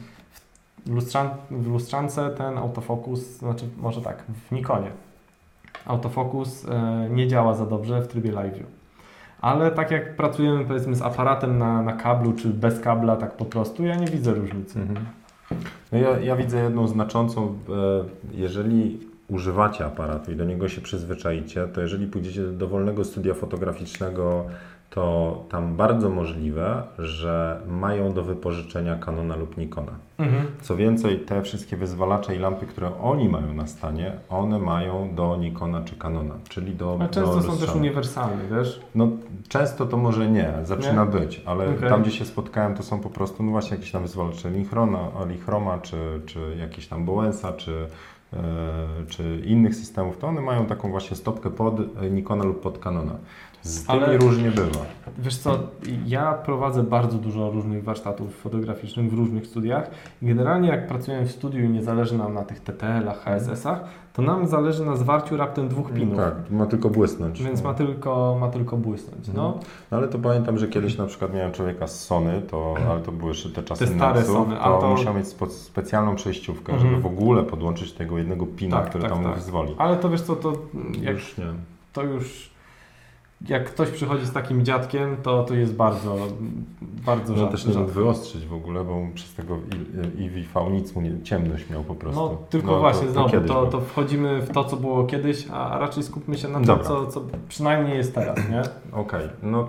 W lustrzance ten autofokus, znaczy może tak, w Nikonie autofokus nie działa za dobrze w trybie live'view. Ale tak jak pracujemy powiedzmy z aparatem na kablu, czy bez kabla, tak po prostu, ja nie widzę różnicy. No ja widzę jedną znaczącą, jeżeli używacie aparatu i do niego się przyzwyczaicie, to jeżeli pójdziecie do dowolnego studia fotograficznego, to tam bardzo możliwe, że mają do wypożyczenia Canona lub Nikona. Co więcej, te wszystkie wyzwalacze i lampy, które oni mają na stanie, one mają do Nikona czy Canona, czyli do A często są też uniwersalne, wiesz? No często to może nie, zaczyna być, ale tam, gdzie się spotkałem, to są po prostu no właśnie jakieś tam wyzwalacze Lichroma, czy jakieś tam Bowensa, czy innych systemów, to one mają taką właśnie stopkę pod Nikona lub pod Canona. Z tymi różnie bywa. Wiesz co, ja prowadzę bardzo dużo różnych warsztatów fotograficznych w różnych studiach i generalnie jak pracujemy w studiu i nie zależy nam na tych TTL-ach, HSS-ach, to nam zależy na zwarciu raptem 2 pinów. Tak, ma tylko błysnąć. Więc ma tylko błysnąć. No ale to pamiętam, że kiedyś na przykład miałem człowieka z Sony, ale to były jeszcze te czasy te stare Nexów, Sony, to musiał mieć specjalną przejściówkę, żeby w ogóle podłączyć tego jednego pina, który tam wyzwoli. Ale to wiesz co, to już nie. To już jak ktoś przychodzi z takim dziadkiem, to jest bardzo No też nie mógł wyostrzyć w ogóle, bo przez tego EV nic mu nie, ciemność miał po prostu. No tylko właśnie to wchodzimy w to, co było kiedyś, a raczej skupmy się na to, co przynajmniej jest teraz, nie? Okej, no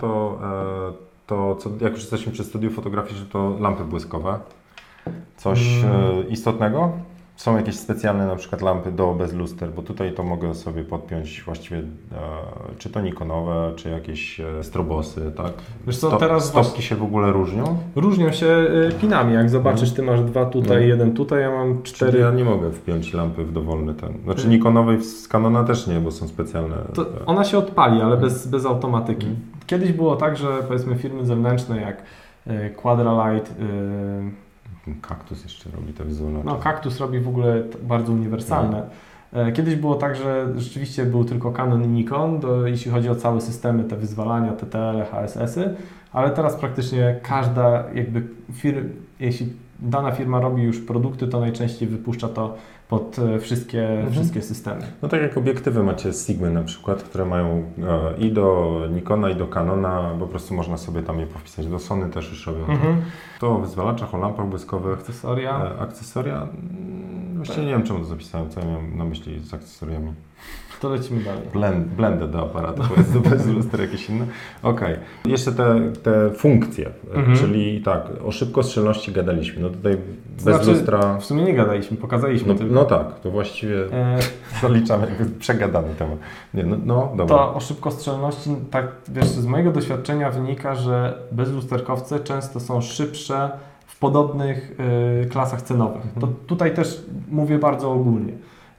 to jak już jesteśmy przy studiu fotografii, to lampy błyskowe. Coś istotnego? Są jakieś specjalne na przykład lampy bez luster, bo tutaj to mogę sobie podpiąć właściwie czy to nikonowe, czy jakieś strobosy, tak? Wiesz co, teraz stopki się w ogóle różnią? Różnią się pinami, jak zobaczysz, ty masz 2 tutaj, 1 tutaj, ja mam 4. Czyli ja nie mogę wpiąć lampy w dowolny ten. Znaczy nikonowej z Canona też nie, bo są specjalne. To ona się odpali, ale bez automatyki. Kiedyś było tak, że powiedzmy firmy zewnętrzne jak Quadralight, Kaktus jeszcze robi te wyzwalacze. No, Kaktus robi w ogóle bardzo uniwersalne. Kiedyś było tak, że rzeczywiście był tylko Canon i Nikon, jeśli chodzi o całe systemy, te wyzwalania, TTL, HSS-y, ale teraz praktycznie każda jeśli dana firma robi już produkty, to najczęściej wypuszcza to pod wszystkie systemy. No tak jak obiektywy macie z Sigmy na przykład, które mają i do Nikona, i do Canona, po prostu można sobie tam je powpisać. Do Sony też już robią. To o wyzwalaczach, o lampach błyskowych. Akcesoria? Właściwie nie wiem, czemu to zapisałem, co ja miałem na myśli z akcesoriami. To lecimy dalej. Blendę do aparatu, bo jest to bez luster jakieś inne. Okej. Jeszcze te funkcje, czyli tak, o szybkostrzelności gadaliśmy. No tutaj bez lustra... W sumie nie gadaliśmy, pokazaliśmy tylko. No tak, to właściwie zaliczamy jakby przegadany temat. Nie, no dobra. To o szybkostrzelności, tak wiesz, z mojego doświadczenia wynika, że bezlusterkowce często są szybsze w podobnych klasach cenowych. To tutaj też mówię bardzo ogólnie.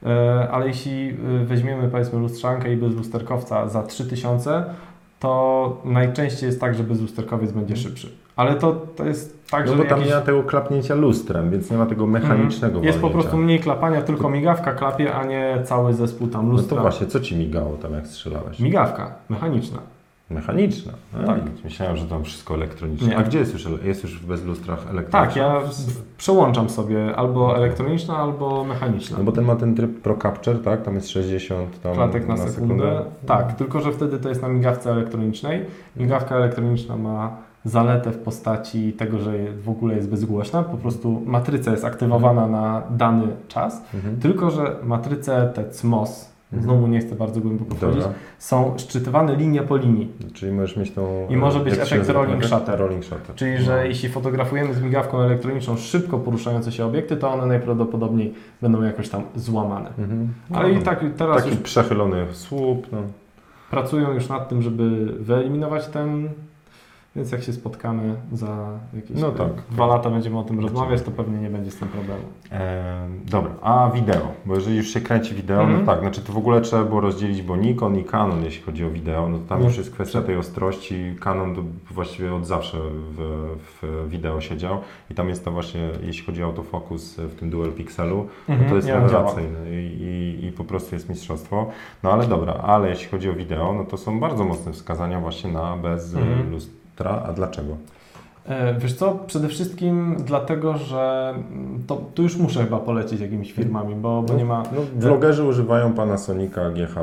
Ale jeśli weźmiemy powiedzmy lustrzankę i bezlusterkowca za 3000, to najczęściej jest tak, że bezlusterkowiec będzie szybszy. Ale to jest tak, że... No bo tam nie ma tego klapnięcia lustrem, więc nie ma tego mechanicznego Jest po prostu mniej klapania, tylko migawka klapie, a nie cały zespół tam lustra. No to właśnie, co Ci migało tam jak strzelałeś? Migawka, mechaniczna. Mechaniczna? Tak. Myślałem, że tam wszystko elektroniczne. Nie. A gdzie jest już w bezlustrach elektronicznych? Tak, ja przełączam sobie albo elektroniczna, albo mechaniczna. No bo ten ma ten tryb Pro Capture, tak? Tam jest 60 klatek na sekundę. Tak, tylko że wtedy to jest na migawce elektronicznej. Migawka elektroniczna ma zaletę w postaci tego, że w ogóle jest bezgłośna. Po prostu matryca jest aktywowana na dany czas. Tylko że matryce te CMOS, znowu nie chcę bardzo głęboko wchodzić, są szczytywane linia po linii. Czyli możesz mieć tą... I może być efekt rolling shutter. Rolling-shutter. Czyli, że jeśli fotografujemy z migawką elektroniczną szybko poruszające się obiekty, to one najprawdopodobniej będą jakoś tam złamane. Ale i tak teraz taki już przechylony słup. No. Pracują już nad tym, żeby wyeliminować ten... Więc jak się spotkamy za jakieś 2 lata, będziemy o tym rozmawiać, to pewnie nie będzie z tym problemu. Dobra, a wideo, bo jeżeli już się kręci wideo, no tak, znaczy to w ogóle trzeba było rozdzielić, bo Nikon i Canon, jeśli chodzi o wideo, no to tam już jest kwestia tej ostrości. Canon właściwie od zawsze w wideo siedział i tam jest to właśnie, jeśli chodzi o autofokus w tym dual pixelu, no to jest rewelacyjne i po prostu jest mistrzostwo. No ale dobra, ale jeśli chodzi o wideo, no to są bardzo mocne wskazania właśnie na bez lustra. A dlaczego? Wiesz co, przede wszystkim dlatego, że tu już muszę chyba polecieć jakimiś firmami, bo nie ma... No, vlogerzy używają Panasonica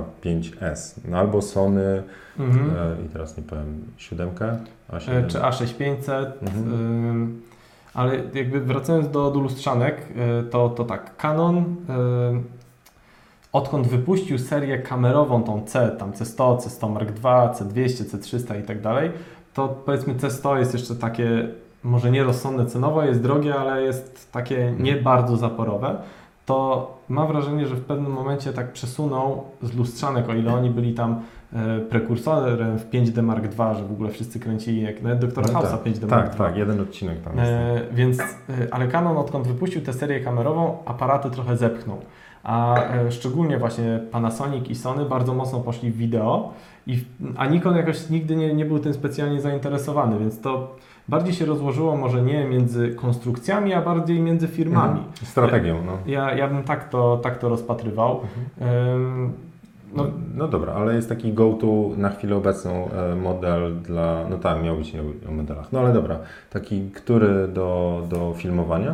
GH5S, no, albo Sony i teraz nie powiem, 7, A7. Czy A6500, ale jakby wracając do lustrzanek, to tak, Canon odkąd wypuścił serię kamerową, tą tam C100, C100 Mark II, C200, C300 i tak dalej, to powiedzmy C100 jest jeszcze takie, może nie rozsądne cenowo, jest drogie, ale jest takie nie bardzo zaporowe, to mam wrażenie, że w pewnym momencie tak przesunął z lustrzanek, o ile oni byli tam prekursorem w 5D Mark II, że w ogóle wszyscy kręcili, jak nawet doktora House'a 5D Mark II. Tak, jeden odcinek tam jest. Ale Canon odkąd wypuścił tę serię kamerową, aparaty trochę zepchnął. A szczególnie właśnie Panasonic i Sony bardzo mocno poszli w wideo, a Nikon jakoś nigdy nie był tym specjalnie zainteresowany, więc to bardziej się rozłożyło może nie między konstrukcjami, a bardziej między firmami. Strategią, no. Ja bym tak to rozpatrywał. No dobra, ale jest taki go-to na chwilę obecną model dla, no tak, miał być o modelach, no ale dobra, taki, który do filmowania?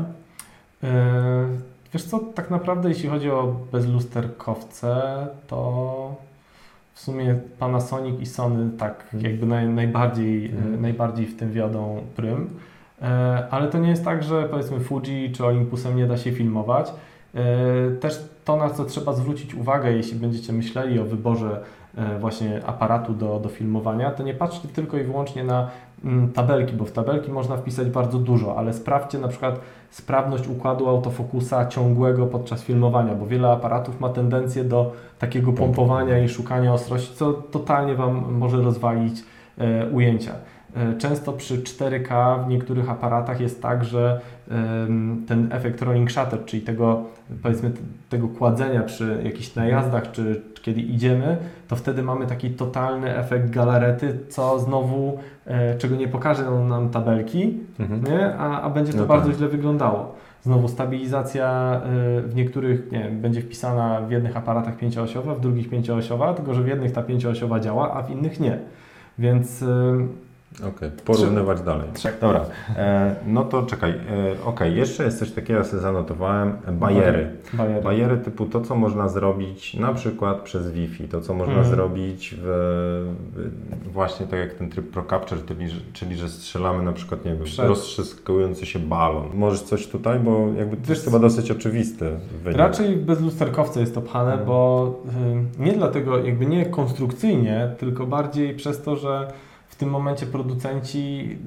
Wiesz co, tak naprawdę jeśli chodzi o bezlusterkowce, to w sumie Panasonic i Sony tak jakby najbardziej w tym wiodą prym. Ale to nie jest tak, że powiedzmy Fuji czy Olympusem nie da się filmować. Też to, na co trzeba zwrócić uwagę, jeśli będziecie myśleli o wyborze właśnie aparatu do filmowania, to nie patrzcie tylko i wyłącznie na tabelki, bo w tabelki można wpisać bardzo dużo, ale sprawdźcie na przykład sprawność układu autofokusa ciągłego podczas filmowania, bo wiele aparatów ma tendencję do takiego pompowania i szukania ostrości, co totalnie Wam może rozwalić ujęcia. Często przy 4K w niektórych aparatach jest tak, że ten efekt rolling shutter, czyli tego kładzenia przy jakichś najazdach, czy kiedy idziemy, to wtedy mamy taki totalny efekt galarety, co znowu, czego nie pokażą nam tabelki, nie? A będzie to bardzo źle wyglądało. Znowu stabilizacja w niektórych będzie wpisana w jednych aparatach 5-osiowa, w drugich 5-osiowa, tylko że w jednych ta 5-osiowa działa, a w innych nie. Więc Okej, porównywać dalej. Dobra, no to czekaj. Jeszcze jest coś takiego, ja sobie zanotowałem, bajery. Bajery typu to, co można zrobić na przykład przez Wi-Fi, to, co można zrobić właśnie tak jak ten tryb Pro Capture, czyli że strzelamy na przykład, nie wiem, roztrzyskujący się balon. Możesz coś tutaj, bo jakby to jest chyba dosyć oczywisty wynik. Raczej bez lusterkowca jest to pchane, bo nie dlatego, jakby nie konstrukcyjnie, tylko bardziej przez to, że w tym momencie producenci,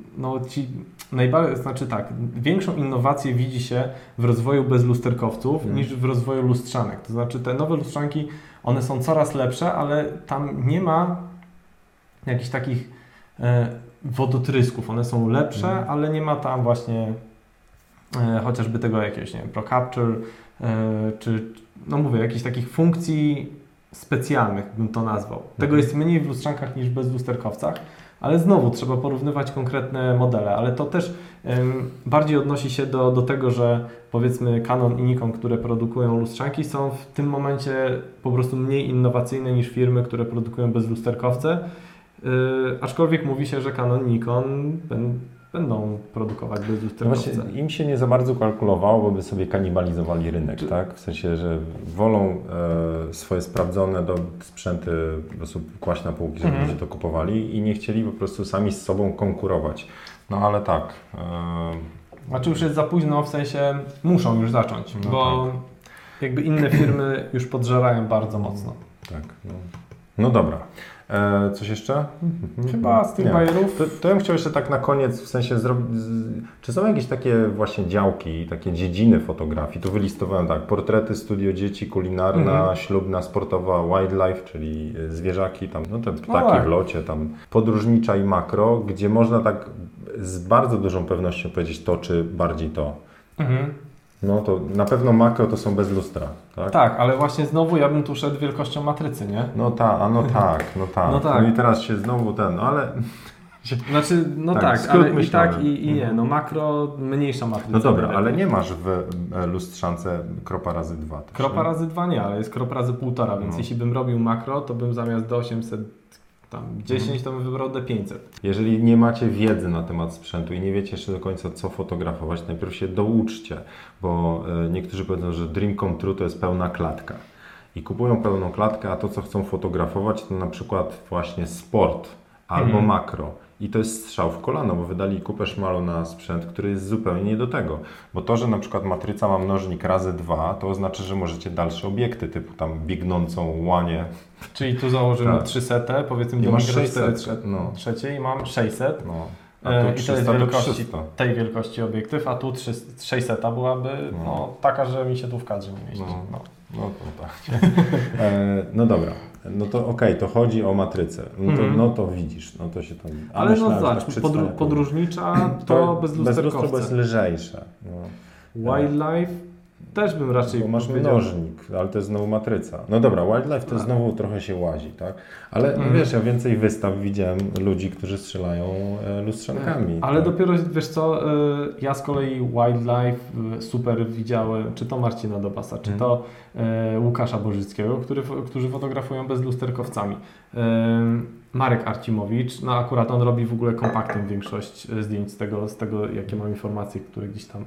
większą innowację widzi się w rozwoju bezlusterkowców niż w rozwoju lustrzanek. To znaczy te nowe lustrzanki, one są coraz lepsze, ale tam nie ma jakichś takich wodotrysków. One są lepsze, ale nie ma tam właśnie chociażby tego jakiegoś, nie wiem, Pro Capture, czy jakichś takich funkcji specjalnych, bym to nazwał. Tego jest mniej w lustrzankach niż bez lusterkowcach, ale znowu trzeba porównywać konkretne modele, ale to też bardziej odnosi się do tego, że powiedzmy Canon i Nikon, które produkują lustrzanki, są w tym momencie po prostu mniej innowacyjne niż firmy, które produkują bezlusterkowce, aczkolwiek mówi się, że Canon i Nikon będą produkować bezlusterkowce. Właśnie im się nie za bardzo kalkulowało, bo by sobie kanibalizowali rynek, tak? W sensie, że wolą swoje sprawdzone sprzęty po prostu kłaść na półki, żeby ludzie to kupowali i nie chcieli po prostu sami z sobą konkurować. No ale tak. Znaczy już jest za późno, w sensie muszą już zacząć, bo jakby inne firmy już podżerają bardzo mocno. Tak. No dobra. Coś jeszcze? Chyba z tych bajerów. To ja bym chciał jeszcze tak na koniec, w sensie czy są jakieś takie właśnie działki, takie dziedziny fotografii? Tu wylistowałem tak, portrety, studio dzieci, kulinarna, ślubna, sportowa, wildlife, czyli zwierzaki, tam, te ptaki w locie, tam podróżnicza i makro, gdzie można tak z bardzo dużą pewnością powiedzieć to, czy bardziej to. No to na pewno makro to są bez lustra, tak? Tak, ale właśnie znowu ja bym tu szedł wielkością matrycy, nie? Tak. No i teraz się znowu ale... Znaczy, ale myślałem. i nie, makro, mniejsza matryca. No dobra, ale nie masz w lustrzance kropa razy 2. Kropa razy 2 nie, ale jest krop razy 1,5, więc jeśli bym robił makro, to bym zamiast D810 to bym wybrał D500. Jeżeli nie macie wiedzy na temat sprzętu i nie wiecie jeszcze do końca co fotografować, najpierw się douczcie, bo niektórzy powiedzą, że dream come true to jest pełna klatka. I kupują pełną klatkę, a to co chcą fotografować to na przykład właśnie sport albo makro. I to jest strzał w kolano, bo wydali kupę szmalu na sprzęt, który jest zupełnie nie do tego. Bo to, że na przykład matryca ma mnożnik razy 2, to oznacza, że możecie dalsze obiekty, typu tam biegnącą łanię. Czyli tu założymy 300, powiedzmy do masz 600, trzeciej i mam 600. A tu 300, i to jest wielkości, 300. Tej wielkości obiektyw, a tu 600 byłaby taka, że mi się tu w kadrze nie mieści. No to tak. No dobra. No to okej, to chodzi o matrycę. No to widzisz, to się tam... Ale zobacz, podróżnicza to bez lusterkowca. Bo jest lżejsze. Wildlife też bym raczej bo masz mnożnik, ale to jest znowu matryca. No dobra, wildlife to znowu trochę się łazi, tak? Ale wiesz, ja więcej wystaw widziałem ludzi, którzy strzelają lustrzankami. Ale dopiero, wiesz co, ja z kolei wildlife super widziałem, czy to Marcina Dobasa, czy to Łukasza Bożyckiego, którzy fotografują bezlusterkowcami. Marek Arcimowicz, akurat on robi w ogóle kompaktem większość zdjęć z tego jakie mam informacje, które gdzieś tam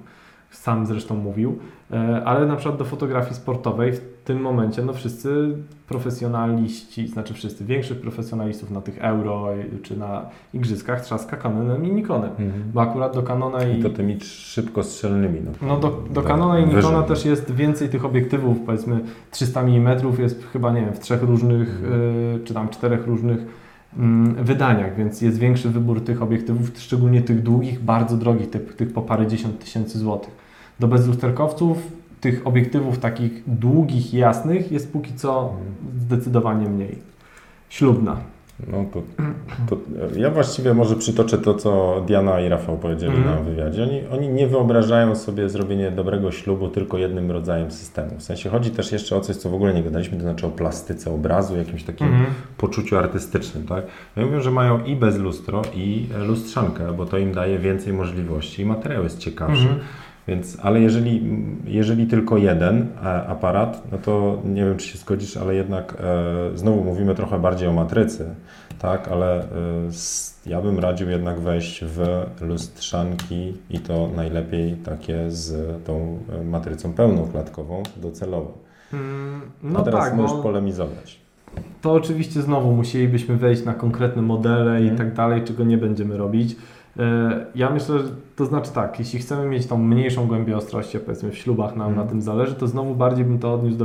sam zresztą mówił, ale na przykład do fotografii sportowej w tym momencie no wszyscy profesjonaliści, znaczy wszyscy, większość profesjonalistów na tych Euro czy na igrzyskach trzaska Canonem i Nikonem, bo akurat do Canona i to tymi szybkostrzelnymi. No do Canona i Nikona też jest więcej tych obiektywów, powiedzmy 300 mm jest chyba, nie wiem, w 3 różnych czy tam 4 różnych wydaniach, więc jest większy wybór tych obiektywów, szczególnie tych długich, bardzo drogich, tych po parędziesiąt tysięcy złotych. Do bezlusterkowców tych obiektywów takich długich, jasnych jest póki co zdecydowanie mniej. Ślubna. No to ja właściwie może przytoczę to, co Diana i Rafał powiedzieli na wywiadzie. Oni nie wyobrażają sobie zrobienie dobrego ślubu tylko jednym rodzajem systemu. W sensie chodzi też jeszcze o coś, co w ogóle nie gadaliśmy, to znaczy o plastyce obrazu, jakimś takim poczuciu artystycznym. Tak? Ja mówię, że mają i bezlustro, i lustrzankę, bo to im daje więcej możliwości i materiał jest ciekawszy. Więc, ale jeżeli tylko jeden aparat, no to nie wiem, czy się zgodzisz, ale jednak znowu mówimy trochę bardziej o matrycy, tak, ale ja bym radził jednak wejść w lustrzanki i to najlepiej takie z tą matrycą pełnoklatkową docelowo. No a teraz tak, możesz polemizować. To oczywiście znowu musielibyśmy wejść na konkretne modele i tak dalej, czego nie będziemy robić. Ja myślę, że to znaczy tak, jeśli chcemy mieć tą mniejszą głębię ostrości, powiedzmy w ślubach nam na tym zależy, to znowu bardziej bym to odniósł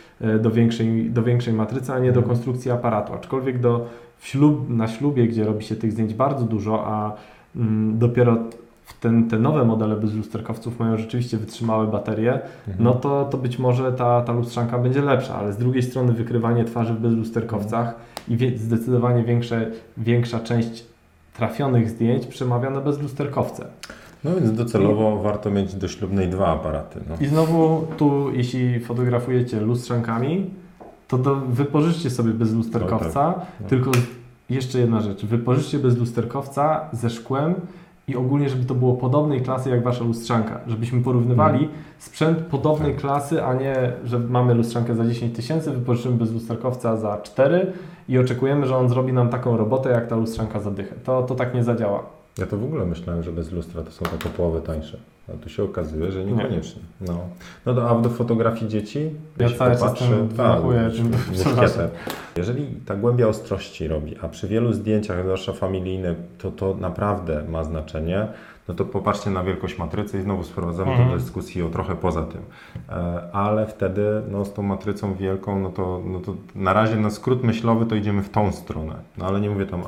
do większej matrycy, a nie do konstrukcji aparatu. Aczkolwiek na ślubie, gdzie robi się tych zdjęć bardzo dużo, a dopiero te nowe modele bezlusterkowców mają rzeczywiście wytrzymałe baterie, no to być może ta lustrzanka będzie lepsza, ale z drugiej strony wykrywanie twarzy w bezlusterkowcach i zdecydowanie większa część trafionych zdjęć przemawia na bezlusterkowce. No więc docelowo warto mieć do ślubnej 2 aparaty. No. I znowu tu, jeśli fotografujecie lustrzankami, to wypożyczcie sobie bezlusterkowca, tylko jeszcze jedna rzecz, wypożyczcie bezlusterkowca ze szkłem i ogólnie, żeby to było podobnej klasy jak wasza lustrzanka, żebyśmy porównywali sprzęt podobnej klasy, a nie, że mamy lustrzankę za 10 tysięcy, wypożyczymy bezlusterkowca za 4 i oczekujemy, że on zrobi nam taką robotę, jak ta lustrzanka za dychę. To tak nie zadziała. Ja to w ogóle myślałem, że bez lustra to są takie połowy tańsze. A tu się okazuje, że niekoniecznie. No a do fotografii dzieci, ja cały czas wymachuję jeżeli ta głębia ostrości robi, a przy wielu zdjęciach, zwłaszcza familijne, to naprawdę ma znaczenie, no to popatrzcie na wielkość matrycy i znowu sprowadzamy to do dyskusji o trochę poza tym. Ale wtedy z tą matrycą wielką, no to na razie na skrót myślowy to idziemy w tą stronę. No ale nie mówię tam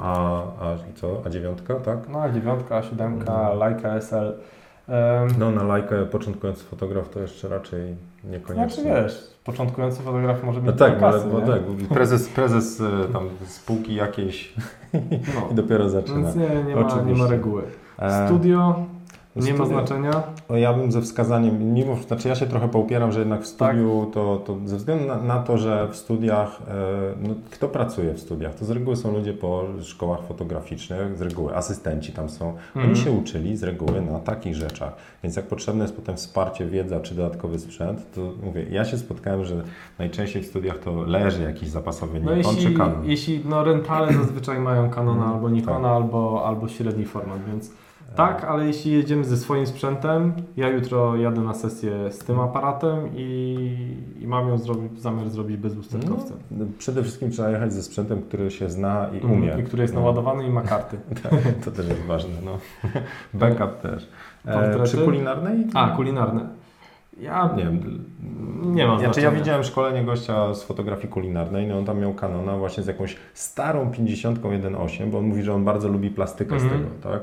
A9, tak? No A9, A7, Leica SL. No na Leica początkujący fotograf to jeszcze raczej niekoniecznie. Znaczy wiesz, początkujący fotograf może mieć tak, kasy, ale tak, prezes tam spółki jakiejś i dopiero zaczyna. Więc nie ma reguły. Studio nie ma znaczenia. Ja bym ze wskazaniem, ja się trochę poupieram, że jednak w studiu to ze względu na to, że w studiach, kto pracuje w studiach, to z reguły są ludzie po szkołach fotograficznych, z reguły asystenci tam są. Oni się uczyli z reguły na takich rzeczach, więc jak potrzebne jest potem wsparcie, wiedza czy dodatkowy sprzęt, to mówię, ja się spotkałem, że najczęściej w studiach to leży jakiś zapasowy Nikon czy Canon. Jeśli rentale zazwyczaj mają Canona albo Nikona albo średni format, więc tak, ale jeśli jedziemy ze swoim sprzętem, ja jutro jadę na sesję z tym aparatem i mam zamiar zrobić bez lusterkowca. Przede wszystkim trzeba jechać ze sprzętem, który się zna i umie. I który jest naładowany i ma karty. Tak, to też jest ważne. Backup też. Przy kulinarnej? Kulinarne. Ja nie ma znaczenia. Ja widziałem szkolenie gościa z fotografii kulinarnej, on tam miał Canona właśnie z jakąś starą 50 1.8, bo on mówi, że on bardzo lubi plastykę z tego, tak?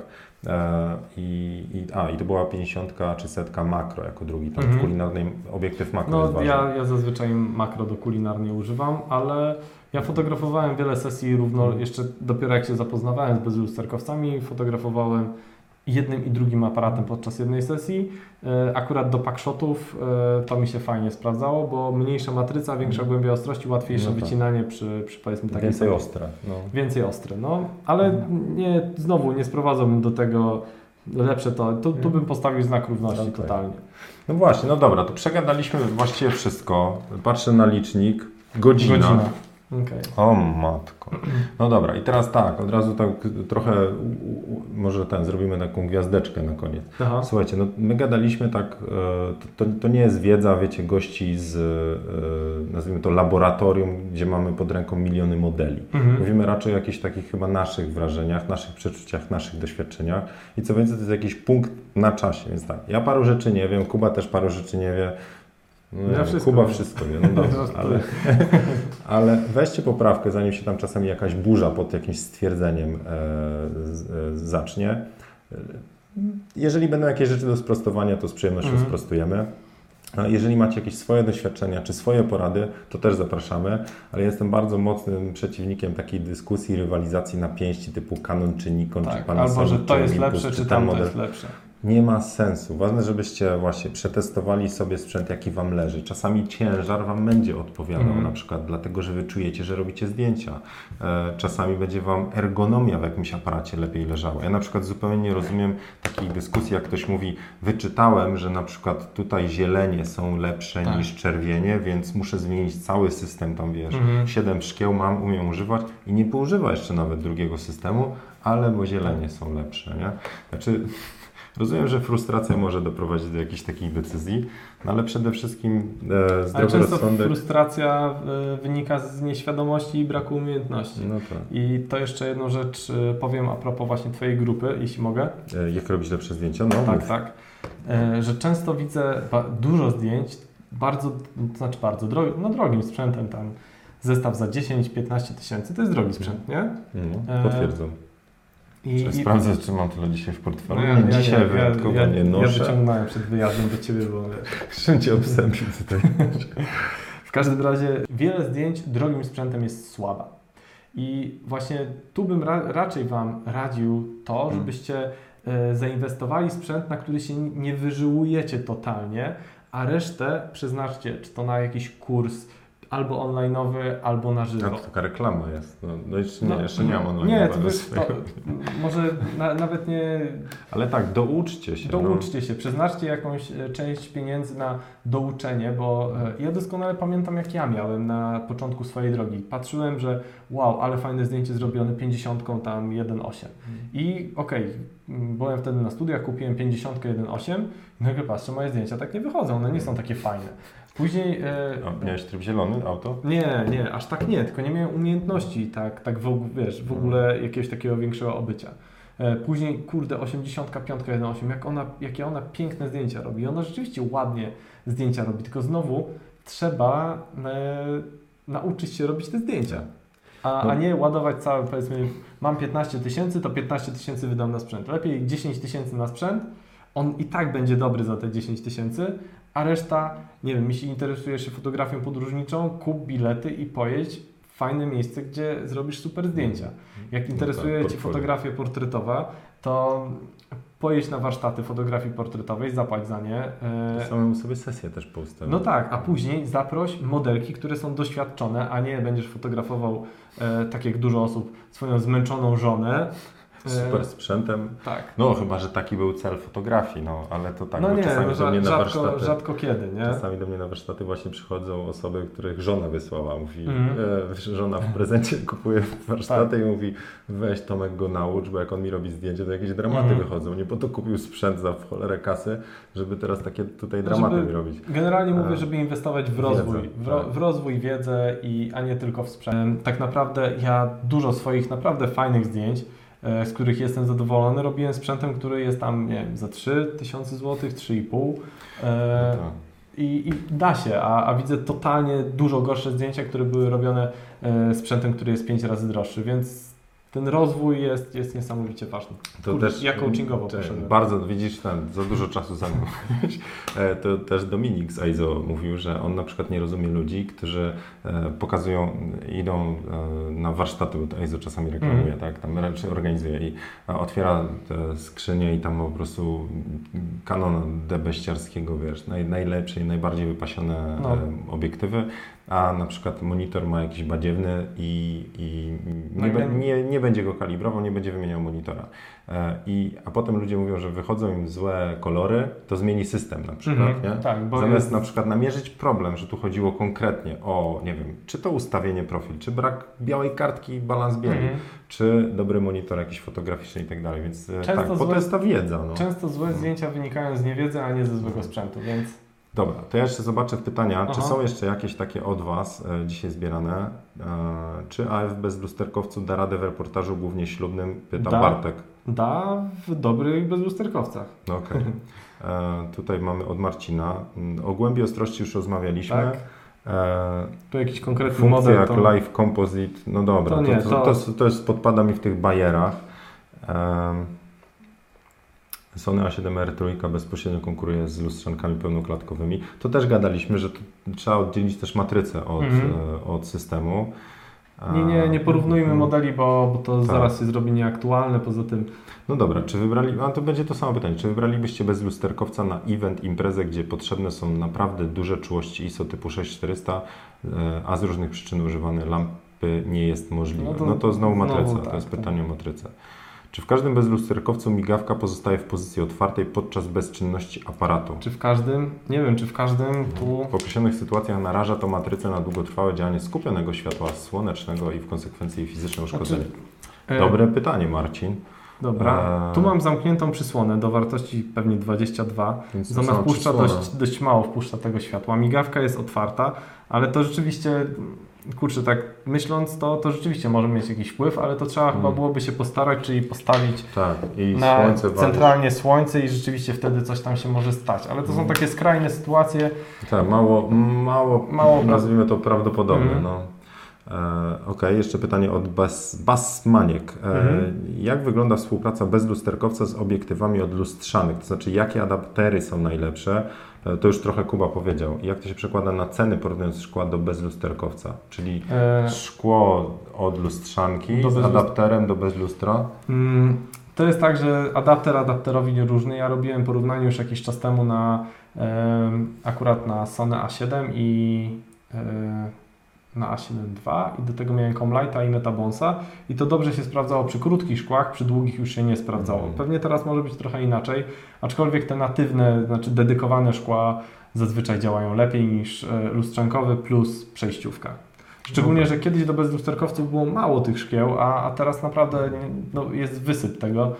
I to była 50 czy 100 makro jako drugi, tam w kulinarnej obiektyw makro jest ważny. Ja zazwyczaj makro do kulinarnej używam, ale ja fotografowałem wiele sesji jeszcze dopiero jak się zapoznawałem z bezlusterkowcami, fotografowałem jednym i drugim aparatem podczas jednej sesji. Akurat do packshotów to mi się fajnie sprawdzało, bo mniejsza matryca, większa głębia ostrości, łatwiejsze wycinanie przy powiedzmy takiej więcej ostre. Więcej ostre, ale znowu nie sprowadzałbym do tego lepsze tu bym postawił znak równości totalnie. No właśnie, dobra, to przegadaliśmy właściwie wszystko. Patrzę na licznik. Godzina. Okay. O matko. No dobra, i teraz tak, od razu tak trochę, może zrobimy taką gwiazdeczkę na koniec. Aha. Słuchajcie, no my gadaliśmy tak, to nie jest wiedza, wiecie, gości z, nazwijmy to, laboratorium, gdzie mamy pod ręką miliony modeli. Mówimy raczej o jakichś takich chyba naszych wrażeniach, naszych przeczuciach, naszych doświadczeniach i co więcej, to jest jakiś punkt na czasie, więc tak, ja paru rzeczy nie wiem, Kuba też paru rzeczy nie wie. No, ja Kuba wszystko wie, no dobrze, ale weźcie poprawkę, zanim się tam czasami jakaś burza pod jakimś stwierdzeniem zacznie. Jeżeli będą jakieś rzeczy do sprostowania, to z przyjemnością sprostujemy. Jeżeli macie jakieś swoje doświadczenia czy swoje porady, to też zapraszamy, ale jestem bardzo mocnym przeciwnikiem takiej dyskusji, rywalizacji na pięści typu Canon czy Nikon, tak, czy Panasonic, albo że to czy jest Olympus, lepsze, czy ten tamto model. jest lepsze. Nie ma sensu. Ważne, żebyście właśnie przetestowali sobie sprzęt, jaki Wam leży. Czasami ciężar Wam będzie odpowiadał, na przykład dlatego, że Wy czujecie, że robicie zdjęcia. Czasami będzie Wam ergonomia w jakimś aparacie lepiej leżała. Ja na przykład zupełnie nie rozumiem takich dyskusji, jak ktoś mówi, wyczytałem, że na przykład tutaj zielenie są lepsze niż czerwienie, więc muszę zmienić cały system, tam wiesz, 7 szkieł mam, umiem używać i nie poużywa jeszcze nawet drugiego systemu, ale bo zielenie są lepsze, nie? Znaczy... Rozumiem, że frustracja może doprowadzić do jakichś takich decyzji, no ale przede wszystkim zdrowy rozsądek... frustracja wynika z nieświadomości i braku umiejętności. No tak. I to jeszcze jedną rzecz powiem a propos właśnie Twojej grupy, jeśli mogę. Jak robić lepsze zdjęcia? No, tak. Że często widzę dużo zdjęć, bardzo drogim sprzętem, tam zestaw za 10-15 tysięcy, to jest drogi sprzęt, nie? Potwierdzam. Sprawdzę, czy mam tyle dzisiaj w portfelu. Dzisiaj wyjątkowo nie noszę. Ja wyciągnąłem przed wyjazdem do Ciebie, bo wszędzie obsępił tutaj. W każdym razie wiele zdjęć drogim sprzętem jest słaba. I właśnie tu bym raczej Wam radził to, żebyście zainwestowali w sprzęt, na który się nie wyżyłujecie totalnie, a resztę przeznaczcie, czy to na jakiś kurs, albo online'owy, albo na żywo. To taka reklama jest. Jeszcze nie mam online'owego. Nie, może nawet nie... Ale tak, douczcie się. Douczcie się, przeznaczcie jakąś część pieniędzy na douczenie, bo ja doskonale pamiętam, jak ja miałem na początku swojej drogi. Patrzyłem, że wow, ale fajne zdjęcie zrobione 50 tam 1.8. I byłem wtedy na studiach, kupiłem 50 1.8 i nagle patrzę, moje zdjęcia tak nie wychodzą, one nie są takie fajne. Później... miałeś tryb zielony, auto? Nie, aż tak nie, tylko nie miałem umiejętności tak w ogóle jakiegoś takiego większego obycia. Później, 85 1.8, jakie ona piękne zdjęcia robi. Ona rzeczywiście ładnie zdjęcia robi, tylko znowu trzeba nauczyć się robić te zdjęcia. A nie ładować całe, powiedzmy, mam 15 tysięcy, to 15 tysięcy wydam na sprzęt. Lepiej 10 tysięcy na sprzęt, on i tak będzie dobry za te 10 tysięcy, a reszta, nie wiem, jeśli interesujesz się fotografią podróżniczą, kup bilety i pojedź w fajne miejsce, gdzie zrobisz super zdjęcia. Jak interesuje Cię fotografia portretowa, to pojedź na warsztaty fotografii portretowej, zapłać za nie. Samemu sobie sesję też postawić. No tak, a później zaproś modelki, które są doświadczone, a nie będziesz fotografował, tak jak dużo osób, swoją zmęczoną żonę. Super sprzętem. Tak. No chyba, że taki był cel fotografii, ale to tak, bo nie, czasami do mnie na warsztaty. Rzadko kiedy, nie? Czasami do mnie na warsztaty właśnie przychodzą osoby, których żona wysłała. Mówi, żona w prezencie kupuje warsztaty i mówi, weź Tomek go naucz, bo jak on mi robi zdjęcie, to jakieś dramaty wychodzą. Nie po to kupił sprzęt za w cholerę kasy, żeby teraz takie tutaj dramaty mi robić. Generalnie mówię, żeby inwestować w rozwój, w rozwój, wiedzę, a nie tylko w sprzęt. Tak naprawdę ja dużo swoich naprawdę fajnych zdjęć, z których jestem zadowolony, robiłem sprzętem, który jest tam, nie wiem, za 3000 zł, 3,5. I da się, a widzę totalnie dużo gorsze zdjęcia, które były robione sprzętem, który jest 5 razy droższy, więc ten rozwój jest niesamowicie ważny. To też ja coachingowo poszedłem. Bardzo, widzisz, za dużo czasu zajmowałeś. To też Dominik z AIZO mówił, że on na przykład nie rozumie ludzi, którzy idą na warsztaty, bo AIZO czasami reklamuje, tak, tam raczej organizuje i otwiera te skrzynie i tam po prostu Canona D beściarskiego, wiesz, najlepsze i najbardziej wypasione obiektywy. a na przykład monitor ma jakiś badziewny i nie będzie go kalibrował, nie będzie wymieniał monitora. A potem ludzie mówią, że wychodzą im złe kolory, to zmieni system na przykład, nie? Tak, bo zamiast na przykład namierzyć problem, że tu chodziło konkretnie o, nie wiem, czy to ustawienie profil, czy brak białej kartki, balans bieli, czy dobry monitor jakiś fotograficzny i tak dalej, więc tak, po to jest ta wiedza. No. Często złe zdjęcia wynikają z niewiedzy, a nie ze złego sprzętu, więc... Dobra, to ja jeszcze zobaczę pytania, czy są jeszcze jakieś takie od Was dzisiaj zbierane. Czy AF bez lusterkowców da radę w reportażu głównie ślubnym? Pyta Bartek. Da w dobrych bezlusterkowcach. No okej. Tutaj mamy od Marcina. O głębi ostrości już rozmawialiśmy. Tak. Tu jakiś konkretny funkcja model. Jak Live Composite, no dobra, to jest podpada mi w tych bajerach. Sony A7R III bezpośrednio konkuruje z lustrzankami pełnoklatkowymi. To też gadaliśmy, że trzeba oddzielić też matrycę od systemu. Nie porównujmy modeli, bo to zaraz się zrobi nieaktualne, poza tym... No dobra, to będzie to samo pytanie. Czy wybralibyście bez lusterkowca na event, imprezę, gdzie potrzebne są naprawdę duże czułości ISO typu 6400, a z różnych przyczyn używane lampy nie jest możliwe? No to znowu matryca, to jest pytanie o matrycę. Czy w każdym bezlusterkowcu migawka pozostaje w pozycji otwartej podczas bezczynności aparatu? Czy w każdym? Nie wiem, czy w każdym tu... W określonych sytuacjach naraża to matrycę na długotrwałe działanie skupionego światła słonecznego i w konsekwencji fizyczne uszkodzenie. Dobre pytanie, Marcin. Dobra, tu mam zamkniętą przysłonę do wartości pewnie 22. Więc ona wpuszcza dość mało wpuszcza tego światła. Migawka jest otwarta, ale to rzeczywiście... Kurczę, tak myśląc, to rzeczywiście może mieć jakiś wpływ, ale to trzeba chyba byłoby się postarać, czyli postawić i na centralnie słońce i rzeczywiście wtedy coś tam się może stać. Ale to są takie skrajne sytuacje. Tak, mało nazwijmy to prawdopodobne. No. Okej, jeszcze pytanie od Basmaniek. Jak wygląda współpraca bez lusterkowca z obiektywami od lustrzanych? To znaczy, jakie adaptery są najlepsze? To już trochę Kuba powiedział. Jak to się przekłada na ceny, porównując szkła do bezlusterkowca? Czyli szkło od lustrzanki z adapterem do bezlustra? To jest tak, że adapterowi nieróżny. Ja robiłem porównanie już jakiś czas temu akurat na Sony A7 i na A7 II i do tego miałem Comlighta i Metabonsa i to dobrze się sprawdzało przy krótkich szkłach, przy długich już się nie sprawdzało. Pewnie teraz może być trochę inaczej, aczkolwiek te natywne, znaczy dedykowane szkła zazwyczaj działają lepiej niż lustrzankowy plus przejściówka. Szczególnie, że kiedyś do bezlusterkowców było mało tych szkieł, a teraz naprawdę jest wysyp tego.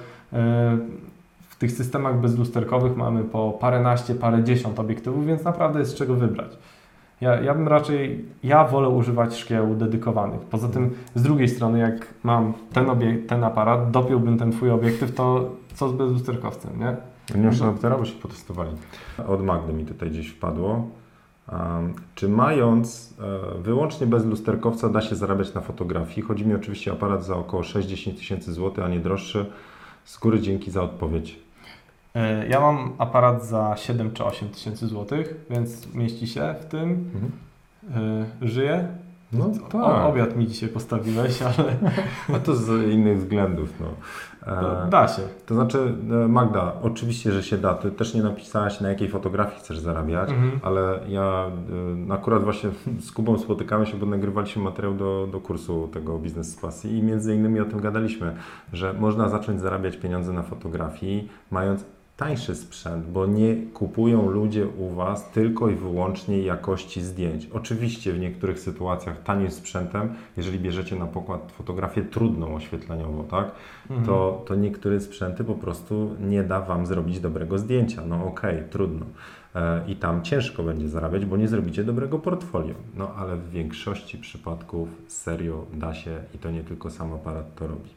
W tych systemach bezlusterkowych mamy po paręnaście, parędziesiąt obiektywów, więc naprawdę jest z czego wybrać. Ja bym raczej, wolę używać szkieł dedykowanych. Poza tym z drugiej strony, jak mam ten aparat, dopiąłbym ten Twój obiektyw, to co z bezlusterkowcem, nie? Nie masz adaptera, bo się potestowali. Od Magdy mi tutaj gdzieś wpadło. Czy mając wyłącznie bez lusterkowca da się zarabiać na fotografii? Chodzi mi oczywiście o aparat za około 6-10 tysięcy złotych, a nie droższy. Z góry dzięki za odpowiedź. Ja mam aparat za 7 czy 8 tysięcy złotych, więc mieści się w tym. Żyję. No tak. Obiad mi dzisiaj postawiłeś, ale... A to z innych względów. Da się. To znaczy, Magda, oczywiście, że się da. Ty też nie napisałaś, na jakiej fotografii chcesz zarabiać, ale ja akurat właśnie z Kubą spotykamy się, bo nagrywaliśmy materiał do kursu tego Biznes z Pasji i między innymi o tym gadaliśmy, że można zacząć zarabiać pieniądze na fotografii, mając tańszy sprzęt, bo nie kupują ludzie u Was tylko i wyłącznie jakości zdjęć. Oczywiście w niektórych sytuacjach tanim sprzętem, jeżeli bierzecie na pokład fotografię trudną oświetleniowo, tak, to niektóre sprzęty po prostu nie da Wam zrobić dobrego zdjęcia. No okej, trudno. I tam ciężko będzie zarabiać, bo nie zrobicie dobrego portfolio. No ale w większości przypadków serio da się i to nie tylko sam aparat to robi.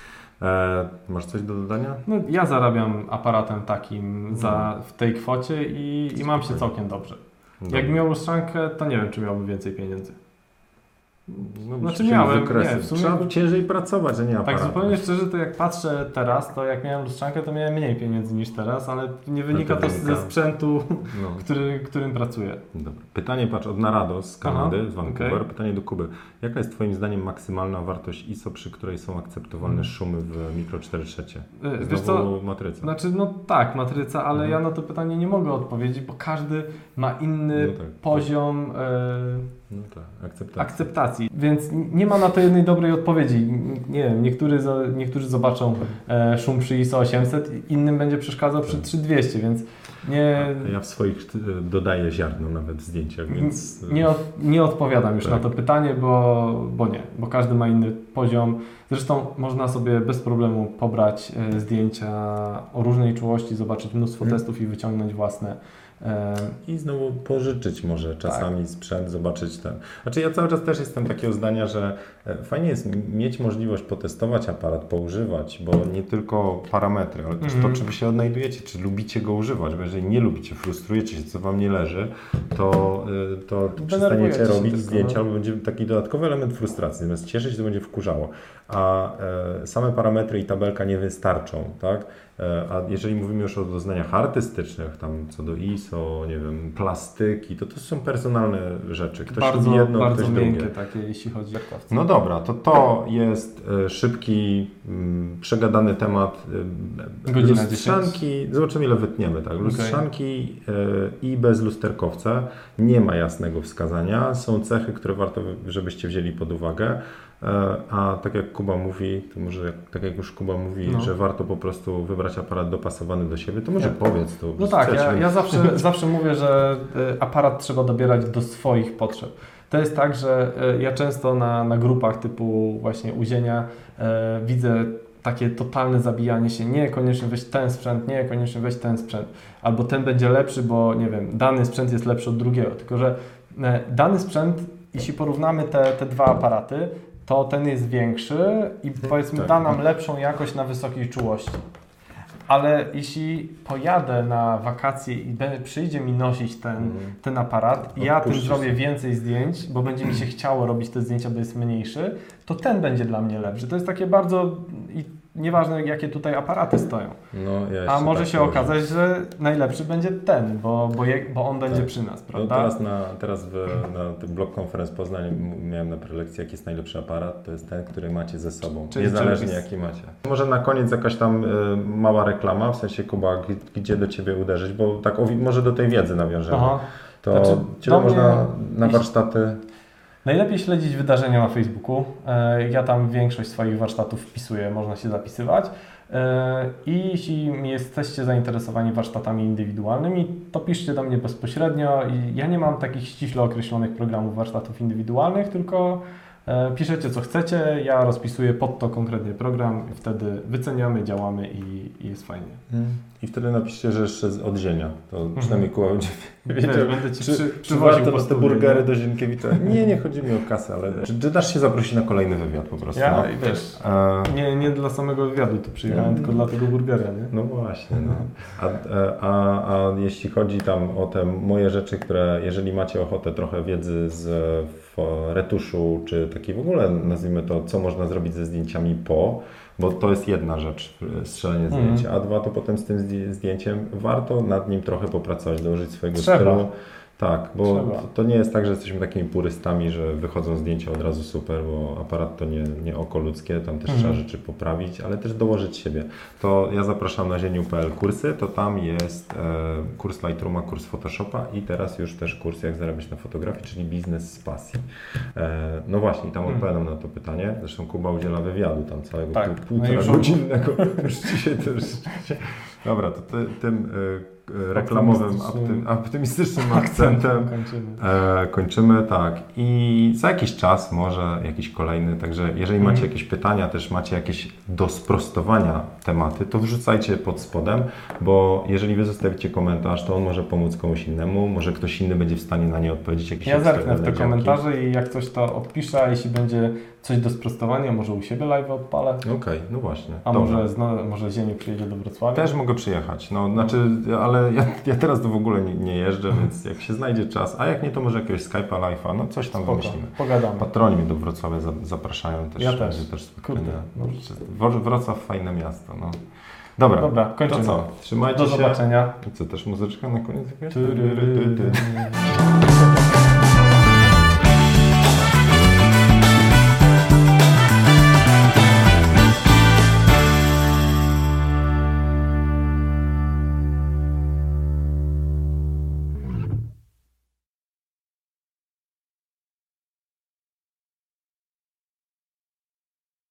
Masz coś do dodania? No, ja zarabiam aparatem takim w tej kwocie i mam się całkiem dobrze. Dobra. Jak miał lustrzankę, to nie wiem, czy miałbym więcej pieniędzy. No, znaczy miałem, nie, w sumie trzeba ciężej pracować, a nie aparat. Tak zupełnie szczerze, to jak patrzę teraz, to jak miałem lustrzankę, to miałem mniej pieniędzy niż teraz, ale nie wynika to ze sprzętu, którym pracuję. Dobra. Pytanie, patrz, od Narado z Kanady, z Vancouver. Pytanie do Kuby. Jaka jest Twoim zdaniem maksymalna wartość ISO, przy której są akceptowalne szumy w mikro 4/3? Wiesz co? Matryca. Znaczy, no tak, matryca, ale ja na to pytanie nie mogę odpowiedzieć, bo każdy ma inny poziom No tak, akceptacji. Więc nie ma na to jednej dobrej odpowiedzi. Nie wiem, niektórzy zobaczą szum przy ISO 800, innym będzie przeszkadzał przy 3200, więc nie... Ja w swoich dodaję ziarno nawet w zdjęciach, więc... Nie odpowiadam już na to pytanie, bo każdy ma inny poziom. Zresztą można sobie bez problemu pobrać zdjęcia o różnej czułości, zobaczyć mnóstwo testów i wyciągnąć własne. I znowu pożyczyć może czasami sprzęt, zobaczyć ten. Znaczy ja cały czas też jestem takiego zdania, że fajnie jest mieć możliwość potestować aparat, poużywać, bo nie tylko parametry, ale też to, czy wy się odnajdujecie, czy lubicie go używać, bo jeżeli nie lubicie, frustrujecie się, co wam nie leży, to przestaniecie robić zdjęcia, albo będzie taki dodatkowy element frustracji, zamiast cieszyć się, to będzie wkurzało. A same parametry i tabelka nie wystarczą, tak? A jeżeli mówimy już o doznaniach artystycznych, tam co do ISO, nie wiem, plastyki, to są personalne rzeczy. Ktoś lubi jedno, bardzo ktoś miękkie drugie. takie, jeśli chodzi o kawce. No dobra, to jest szybki, przegadany temat lustrzanki. Zobaczymy, ile wytniemy. Tak? Lustrzanki i bezlusterkowce. Nie ma jasnego wskazania. Są cechy, które warto, żebyście wzięli pod uwagę. A tak jak Kuba mówi, to może tak jak już Kuba mówi, że warto po prostu wybrać aparat dopasowany do siebie, to może powiedz to. No tak, ja zawsze mówię, że aparat trzeba dobierać do swoich potrzeb. To jest tak, że ja często na grupach typu właśnie Uzienia widzę takie totalne zabijanie się, nie koniecznie weź ten sprzęt, nie koniecznie weź ten sprzęt, albo ten będzie lepszy, bo nie wiem, dany sprzęt jest lepszy od drugiego, tylko że dany sprzęt, jeśli porównamy te dwa aparaty, to ten jest większy i powiedzmy da nam lepszą jakość na wysokiej czułości. Ale jeśli pojadę na wakacje i przyjdzie mi nosić ten aparat i ja tym zrobię więcej zdjęć, bo będzie mi się chciało robić te zdjęcia, bo jest mniejszy, to ten będzie dla mnie lepszy. To jest takie bardzo... Nieważne, jakie tutaj aparaty stoją. A może się okazać, że najlepszy będzie ten, bo on będzie przy nas, prawda? Teraz na tym Blog Conference Poznań miałem na prelekcji, jaki jest najlepszy aparat, to jest ten, który macie ze sobą, niezależnie jaki macie. Może na koniec jakaś tam mała reklama, w sensie Kuba, gdzie do Ciebie uderzyć, bo tak może do tej wiedzy nawiążemy. Ciebie można na warsztaty... Najlepiej śledzić wydarzenia na Facebooku. Ja tam większość swoich warsztatów wpisuję, można się zapisywać. I jeśli jesteście zainteresowani warsztatami indywidualnymi, to piszcie do mnie bezpośrednio. I ja nie mam takich ściśle określonych programów warsztatów indywidualnych, tylko piszecie co chcecie, ja rozpisuję pod to konkretnie program i wtedy wyceniamy, działamy i jest fajnie. I wtedy napiszcie, że jeszcze od Zienia. To przynajmniej Kuba będzie wiedział, będę Ci czy warto po te burgery do Zienkiewicza. Nie chodzi mi o kasę, ale czy dasz się zaprosić na kolejny wywiad po prostu? Ja wiesz, nie dla samego wywiadu tu przyjechałem, tylko dla tego burgera, nie? No właśnie. A jeśli chodzi tam o te moje rzeczy, które jeżeli macie ochotę trochę wiedzy z retuszu, czy takiej w ogóle nazwijmy to, co można zrobić ze zdjęciami bo to jest jedna rzecz, strzelenie zdjęcia, a dwa to potem z tym zdjęciem warto nad nim trochę popracować, dołożyć swojego stylu. Tak, bo to nie jest tak, że jesteśmy takimi purystami, że wychodzą zdjęcia od razu super, bo aparat to nie oko ludzkie, tam też trzeba rzeczy poprawić, ale też dołożyć siebie. To ja zapraszam na zieniu.pl kursy, to tam jest kurs Lightrooma, kurs Photoshopa i teraz już też kurs jak zarabiać na fotografii, czyli biznes z pasji. No właśnie, tam odpowiadam na to pytanie, zresztą Kuba udziela wywiadu tam całego półtora godzinnego. Już dzisiaj też. Dobra, to tym reklamowym, optymistycznym akcentem kończymy, tak. I za jakiś czas może jakiś kolejny, także jeżeli macie jakieś pytania, też macie jakieś do sprostowania tematy, to wrzucajcie pod spodem, bo jeżeli Wy zostawicie komentarz, to on może pomóc komuś innemu, może ktoś inny będzie w stanie na nie odpowiedzieć. Ja zerknę w te komentarze i jak coś to odpiszę, a jeśli będzie coś do sprostowania, może u siebie live odpalę. Okej, no właśnie. A może Zieniu przyjedzie do Wrocławia? Też mogę przyjechać, ale ja teraz to w ogóle nie jeżdżę, więc jak się znajdzie czas, a jak nie, to może jakiegoś Skype'a, live'a, no coś tam wymyślimy. Pogadamy. Patroni mnie do Wrocławia zapraszają też. Ja też. Kurde. Wrocław fajne miasto, no. Dobra, kończymy. To co? Trzymajcie się. Do zobaczenia. I co, też muzyczka na koniec?